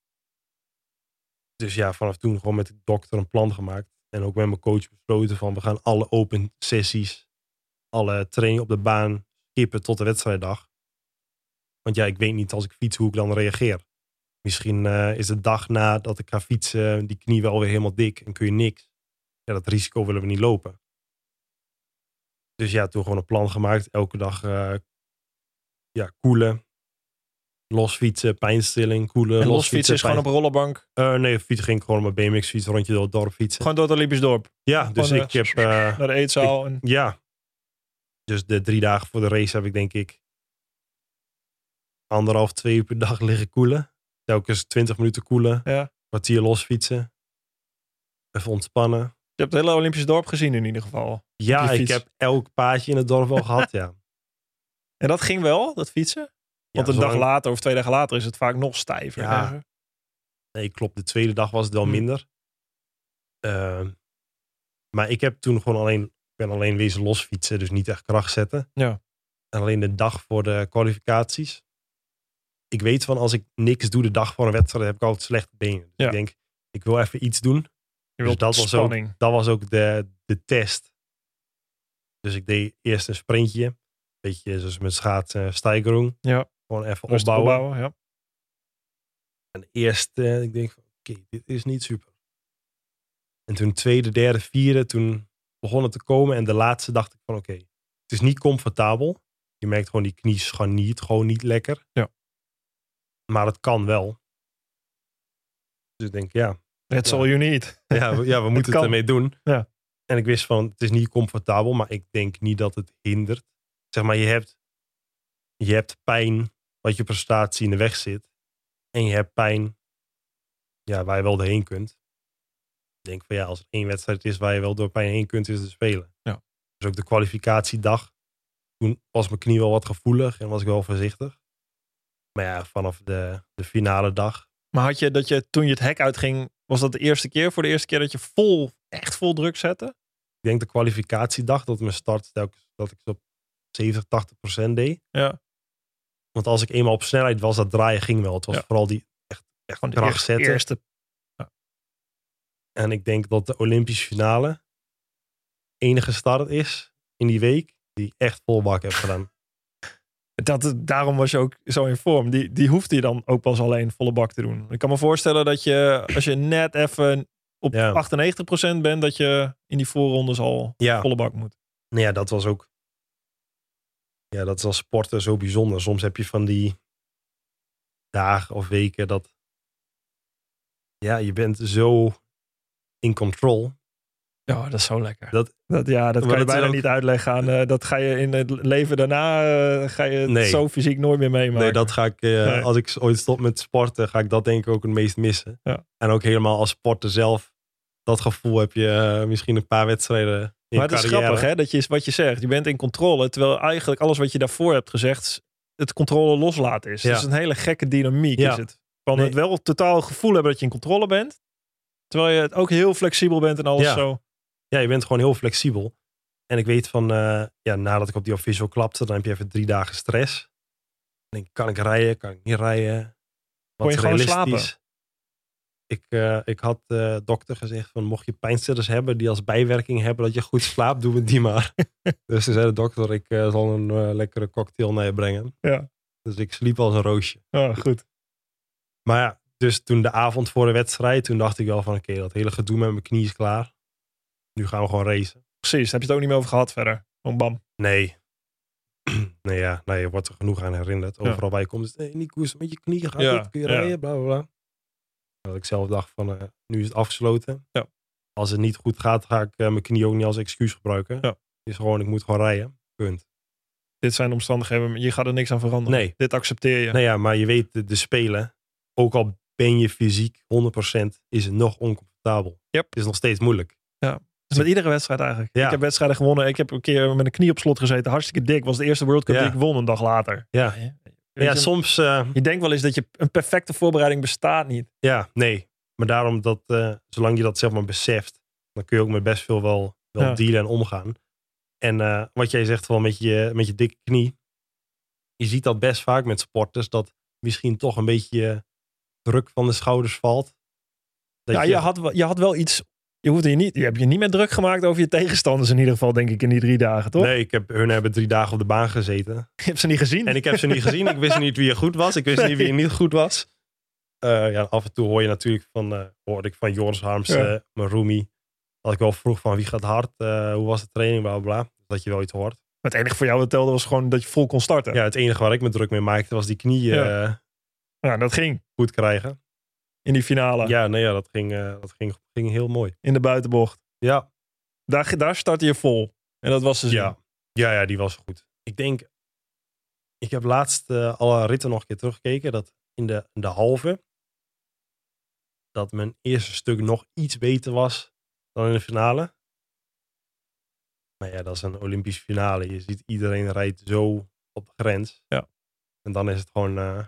Dus ja, vanaf toen gewoon met de dokter een plan gemaakt. En ook met mijn coach besloten van, we gaan alle open sessies, alle trainingen op de baan skippen tot de wedstrijddag. Want ja, ik weet niet als ik fiets hoe ik dan reageer. Misschien is de dag nadat ik ga fietsen die knie wel weer helemaal dik en kun je niks. Ja, dat risico willen we niet lopen. Dus ja, toen gewoon een plan gemaakt. Elke dag koelen. Los fietsen, pijnstilling, koelen. En los los fietsen is gewoon op een rollerbank? Nee, fiets ging gewoon op mijn BMX fiets rondje door het dorp fietsen. Gewoon door het Olympisch dorp? Ja, dus gewoon, ik heb... naar de eetzaal? Ja. Dus de 3 dagen voor de race heb ik denk ik 1,5, 2 uur per dag liggen koelen. Telkens 20 minuten koelen. Ja. Kwartier los fietsen. Even ontspannen. Je hebt het hele Olympisch dorp gezien in ieder geval. Ja, ik heb elk paadje in het dorp wel gehad, ja. En dat ging wel, dat fietsen? Want ja, een dag later of 2 dagen later is het vaak nog stijver. Ja. Nee, klopt. De tweede dag was het wel minder. Maar ik heb toen gewoon ben alleen wezen losfietsen, dus niet echt kracht zetten. Ja. En alleen de dag voor de kwalificaties. Ik weet van, als ik niks doe de dag voor een wedstrijd, heb ik altijd slechte benen. Dus ik denk, ik wil even iets doen. Dus dat was ook de test. Dus ik deed eerst een sprintje. Beetje zoals met schaatsen, steigerung. Ja. Gewoon even opbouwen. Ja. En eerst, ik denk van, oké, dit is niet super. En toen tweede, derde, vierde, toen begon het te komen. En de laatste dacht ik van, oké, het is niet comfortabel. Je merkt gewoon die knie gewoon niet lekker. Ja. Maar het kan wel. Dus ik denk, ja. That's all you need. Ja, we moeten het ermee doen. Ja. En ik wist van, het is niet comfortabel, maar ik denk niet dat het hindert. Zeg maar, je hebt pijn wat je prestatie in de weg zit. En je hebt pijn waar je wel doorheen kunt. Ik denk van ja, als er 1 wedstrijd is waar je wel door pijn heen kunt, is het Spelen. Ja. Dus ook de kwalificatiedag. Toen was mijn knie wel wat gevoelig en was ik wel voorzichtig. Maar ja, vanaf de finale dag. Maar had je dat je toen je het hek uitging, was dat de eerste keer dat je echt vol druk zette? Ik denk de kwalificatiedag dat mijn start telkens dat ik op 70-80% deed. Ja. Want als ik eenmaal op snelheid was, dat draaien ging wel. Het was vooral die echt kracht zetten. Eerste. Ja. En ik denk dat de Olympische finale enige start is in die week die echt vol bak heb gedaan. Daarom was je ook zo in vorm. Die hoefde je dan ook pas alleen volle bak te doen. Ik kan me voorstellen dat je, als je net even op 98% bent, dat je in die voorrondes al volle bak moet. Nou ja, dat was ook. Ja, dat is als sporten zo bijzonder. Soms heb je van die dagen of weken dat. Ja, je bent zo in control. Ja, dat is zo lekker. Dat kan je bijna niet uitleggen aan. Dat ga je in het leven daarna zo fysiek nooit meer meemaken. Nee, dat ga ik. Als ik ooit stop met sporten, ga ik dat denk ik ook het meest missen. Ja. En ook helemaal als sporter zelf. Dat gevoel heb je misschien een paar wedstrijden in maar het carrière. is grappig, hè? Dat je wat je zegt. Je bent in controle, terwijl eigenlijk alles wat je daarvoor hebt gezegd, het controle loslaten is. Ja. Het is een hele gekke dynamiek. Ja. Is het. Van het wel totaal het gevoel hebben dat je in controle bent, terwijl je het ook heel flexibel bent en alles zo. Ja, je bent gewoon heel flexibel. En ik weet van, nadat ik op die official klapte, dan heb je even 3 dagen stress. Dan denk ik, kan ik rijden? Kan ik niet rijden? Kon je gewoon slapen? Ik had de dokter gezegd van, mocht je pijnstillers hebben die als bijwerking hebben dat je goed slaapt, doe het die maar. Dus toen zei de dokter, ik zal een lekkere cocktail naar je brengen. Ja. Dus ik sliep als een roosje. Oh, goed. Maar ja, dus toen de avond voor de wedstrijd, toen dacht ik wel van, oké, dat hele gedoe met mijn knie is klaar. Nu gaan we gewoon racen. Precies, daar heb je het ook niet meer over gehad verder. Gewoon bam. Nee. Nee, je wordt er genoeg aan herinnerd. Overal waar je komt is, Nico, met je knie gaat het, kun je rijden, bla bla bla. Dat ik zelf dacht van, nu is het afgesloten. Ja. Als het niet goed gaat, ga ik mijn knie ook niet als excuus gebruiken. Ja. Dus gewoon, ik moet gewoon rijden. Punt. Dit zijn omstandigheden, je gaat er niks aan veranderen. Nee. Dit accepteer je. Nou ja, maar je weet, de Spelen, ook al ben je fysiek 100%, is het nog oncomfortabel. Yep. Het is nog steeds moeilijk. Dus met iedere wedstrijd eigenlijk. Ja. Ik heb wedstrijden gewonnen. Ik heb een keer met een knie op slot gezeten. Hartstikke dik. Was de eerste World Cup die ik won een dag later. Ja, Weet je, soms... je denkt wel eens dat je een perfecte voorbereiding bestaat niet. Ja, nee. Maar daarom dat, zolang je dat zeg maar beseft, dan kun je ook met best veel wel dealen en omgaan. En wat jij zegt wel met je dikke knie. Je ziet dat best vaak met sporters, dat misschien toch een beetje druk van de schouders valt. Dat Je had wel iets. Je hebt je niet meer druk gemaakt over je tegenstanders in ieder geval, denk ik, in die 3 dagen, toch? Nee, hun hebben 3 dagen op de baan gezeten. Je hebt ze niet gezien. En ik heb ze niet gezien. Ik wist niet wie er goed was. Ik wist niet wie er niet goed was. Af en toe hoorde ik van Joris Harms, mijn roomie, dat ik wel vroeg van wie gaat hard, hoe was de training, bla bla bla. Dat je wel iets hoort. Het enige voor jou dat telde was gewoon dat je vol kon starten. Ja, het enige waar ik me druk mee maakte was die knieën Ja, dat ging. goed krijgen. In die finale. Ja, nee, dat ging heel mooi. In de buitenbocht. Ja. Daar startte je vol. En dat was dus. Ja, die was goed. Ik denk, ik heb laatst alle ritten nog een keer teruggekeken. Dat in de halve, dat mijn eerste stuk nog iets beter was dan in de finale. Maar ja, dat is een Olympische finale. Je ziet iedereen rijdt zo op de grens. Ja. En dan is het gewoon...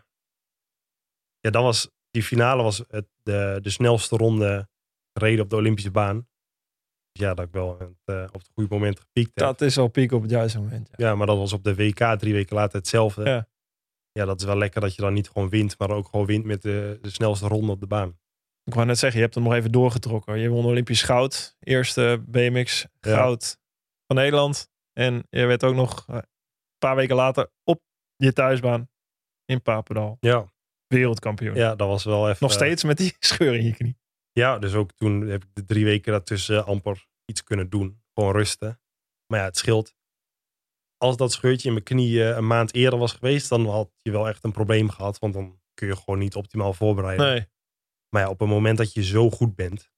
die finale was de snelste ronde gereden op de Olympische baan. Dus ja, dat ik wel op het goede moment gepiekt heb. Dat is al piek op het juiste moment. Ja, maar dat was op de WK 3 weken later hetzelfde. Ja. Ja, dat is wel lekker dat je dan niet gewoon wint, maar ook gewoon wint met de snelste ronde op de baan. Ik wou net zeggen, je hebt hem nog even doorgetrokken. Je won Olympisch goud. Eerste BMX goud van Nederland. En je werd ook nog een paar weken later op je thuisbaan in Papendal wereldkampioen. Ja, dat was wel even... Nog steeds met die scheur in je knie. Ja, dus ook toen heb ik de 3 weken daartussen amper iets kunnen doen. Gewoon rusten. Maar ja, het scheelt. Als dat scheurtje in mijn knie een maand eerder was geweest, dan had je wel echt een probleem gehad. Want dan kun je gewoon niet optimaal voorbereiden. Nee. Maar ja, op het moment dat je zo goed bent.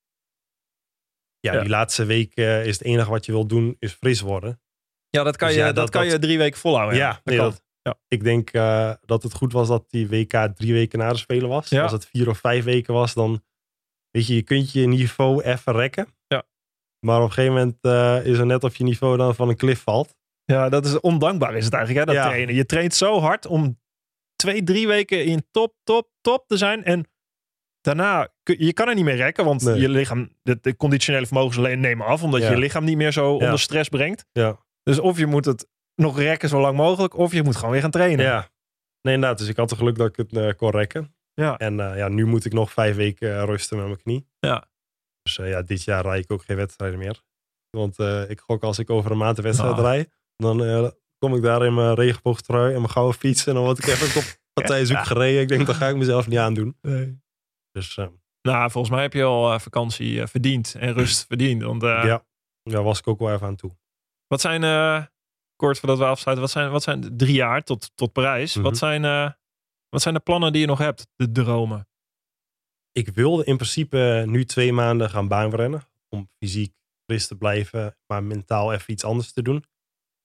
Ja, die laatste week is het enige wat je wil doen, is fris worden. Ja, dat kan, dus je, dat kan je 3 weken volhouden. Ja, ik denk dat het goed was dat die WK 3 weken na de Spelen was. Ja. Als het 4 of 5 weken was, dan weet je kunt je niveau even rekken. Ja. Maar op een gegeven moment is er net of je niveau dan van een klif valt. Ja, dat is ondankbaar is het eigenlijk, hè, dat trainen. Je traint zo hard om 2-3 weken in top te zijn. En daarna, je kan er niet meer rekken, want je lichaam, de conditionele vermogens alleen nemen af, omdat je lichaam niet meer zo onder stress brengt. Ja. Dus of je moet het nog rekken zo lang mogelijk, of je moet gewoon weer gaan trainen. Ja, nee inderdaad. Dus ik had het geluk dat ik het kon rekken. Ja. En nu moet ik nog 5 weken rusten met mijn knie. Ja. Dus dit jaar rijd ik ook geen wedstrijden meer. Want ik gok als ik over een maand de wedstrijd rijd, dan kom ik daar in mijn regenboogtrui en mijn gouden fiets. En dan word ik even op partij zoek gereden. Ik denk, dat ga ik mezelf niet aandoen. Nee. Dus, volgens mij heb je al vakantie verdiend en rust verdiend. Want, ja, was ik ook wel even aan toe. Wat zijn, kort voordat we afsluiten, wat zijn 3 jaar tot Parijs? Mm-hmm. Wat zijn de plannen die je nog hebt? De dromen? Ik wilde in principe nu 2 maanden gaan baanrennen. Om fysiek fris te blijven, maar mentaal even iets anders te doen.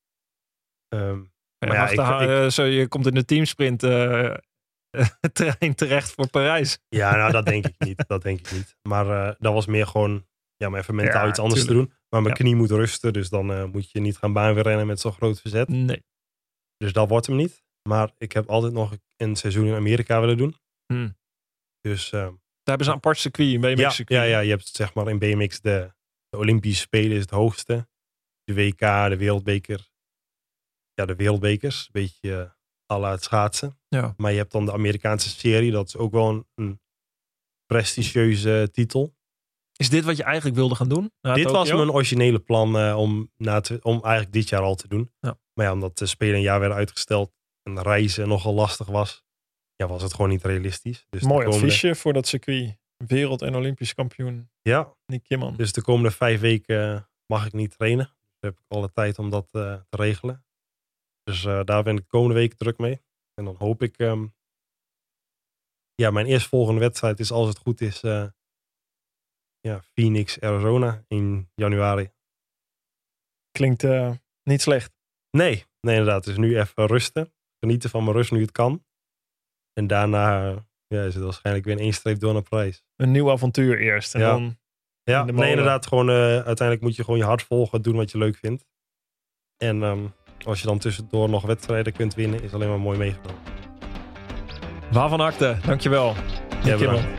Je komt in de teamsprint terrein terecht voor Parijs. Ja, nou dat denk ik niet. Maar dat was meer gewoon maar even mentaal iets anders te doen. Maar mijn knie moet rusten, dus dan moet je niet gaan baanrennen met zo'n groot verzet. Nee. Dus dat wordt hem niet. Maar ik heb altijd nog een seizoen in Amerika willen doen. Dus daar hebben ze een apart circuit, een BMX-circuit. Ja, je hebt zeg maar in BMX de Olympische Spelen is het hoogste. De WK, de Wereldbeker. Ja, de Wereldbekers. Een beetje à la het schaatsen. Ja. Maar je hebt dan de Amerikaanse serie. Dat is ook wel een prestigieuze titel. Is dit wat je eigenlijk wilde gaan doen? Dit was mijn originele plan om eigenlijk dit jaar al te doen. Ja. Maar ja, omdat de Spelen een jaar werden uitgesteld en reizen nogal lastig was, was het gewoon niet realistisch. Dus mooi affiche voor dat circuit. Wereld- en Olympisch kampioen. Ja. Nick Kimman. Dus de komende 5 weken mag ik niet trainen. Dus heb ik alle tijd om dat te regelen. Dus daar ben ik de komende week druk mee. En dan hoop ik ja, mijn eerstvolgende wedstrijd is, als het goed is, Phoenix, Arizona in januari. Klinkt niet slecht. Nee, inderdaad. Dus nu even rusten. Genieten van mijn rust nu het kan. En daarna is het waarschijnlijk weer 1 streep door naar Parijs. Een nieuw avontuur eerst. En dan inderdaad. Gewoon, uiteindelijk moet je gewoon je hart volgen. Doen wat je leuk vindt. En als je dan tussendoor nog wedstrijden kunt winnen, is alleen maar mooi meegenomen. Waarvan akte, dankjewel. Ja, bedankt.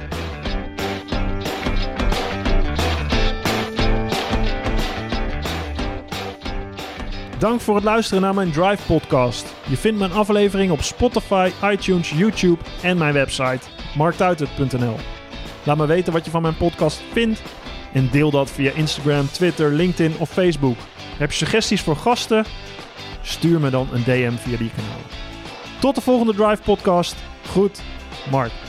Dank voor het luisteren naar mijn Drive podcast. Je vindt mijn aflevering op Spotify, iTunes, YouTube en mijn website marktuitert.nl. Laat me weten wat je van mijn podcast vindt en deel dat via Instagram, Twitter, LinkedIn of Facebook. Heb je suggesties voor gasten? Stuur me dan een DM via die kanalen. Tot de volgende Drive podcast. Goed, Mark.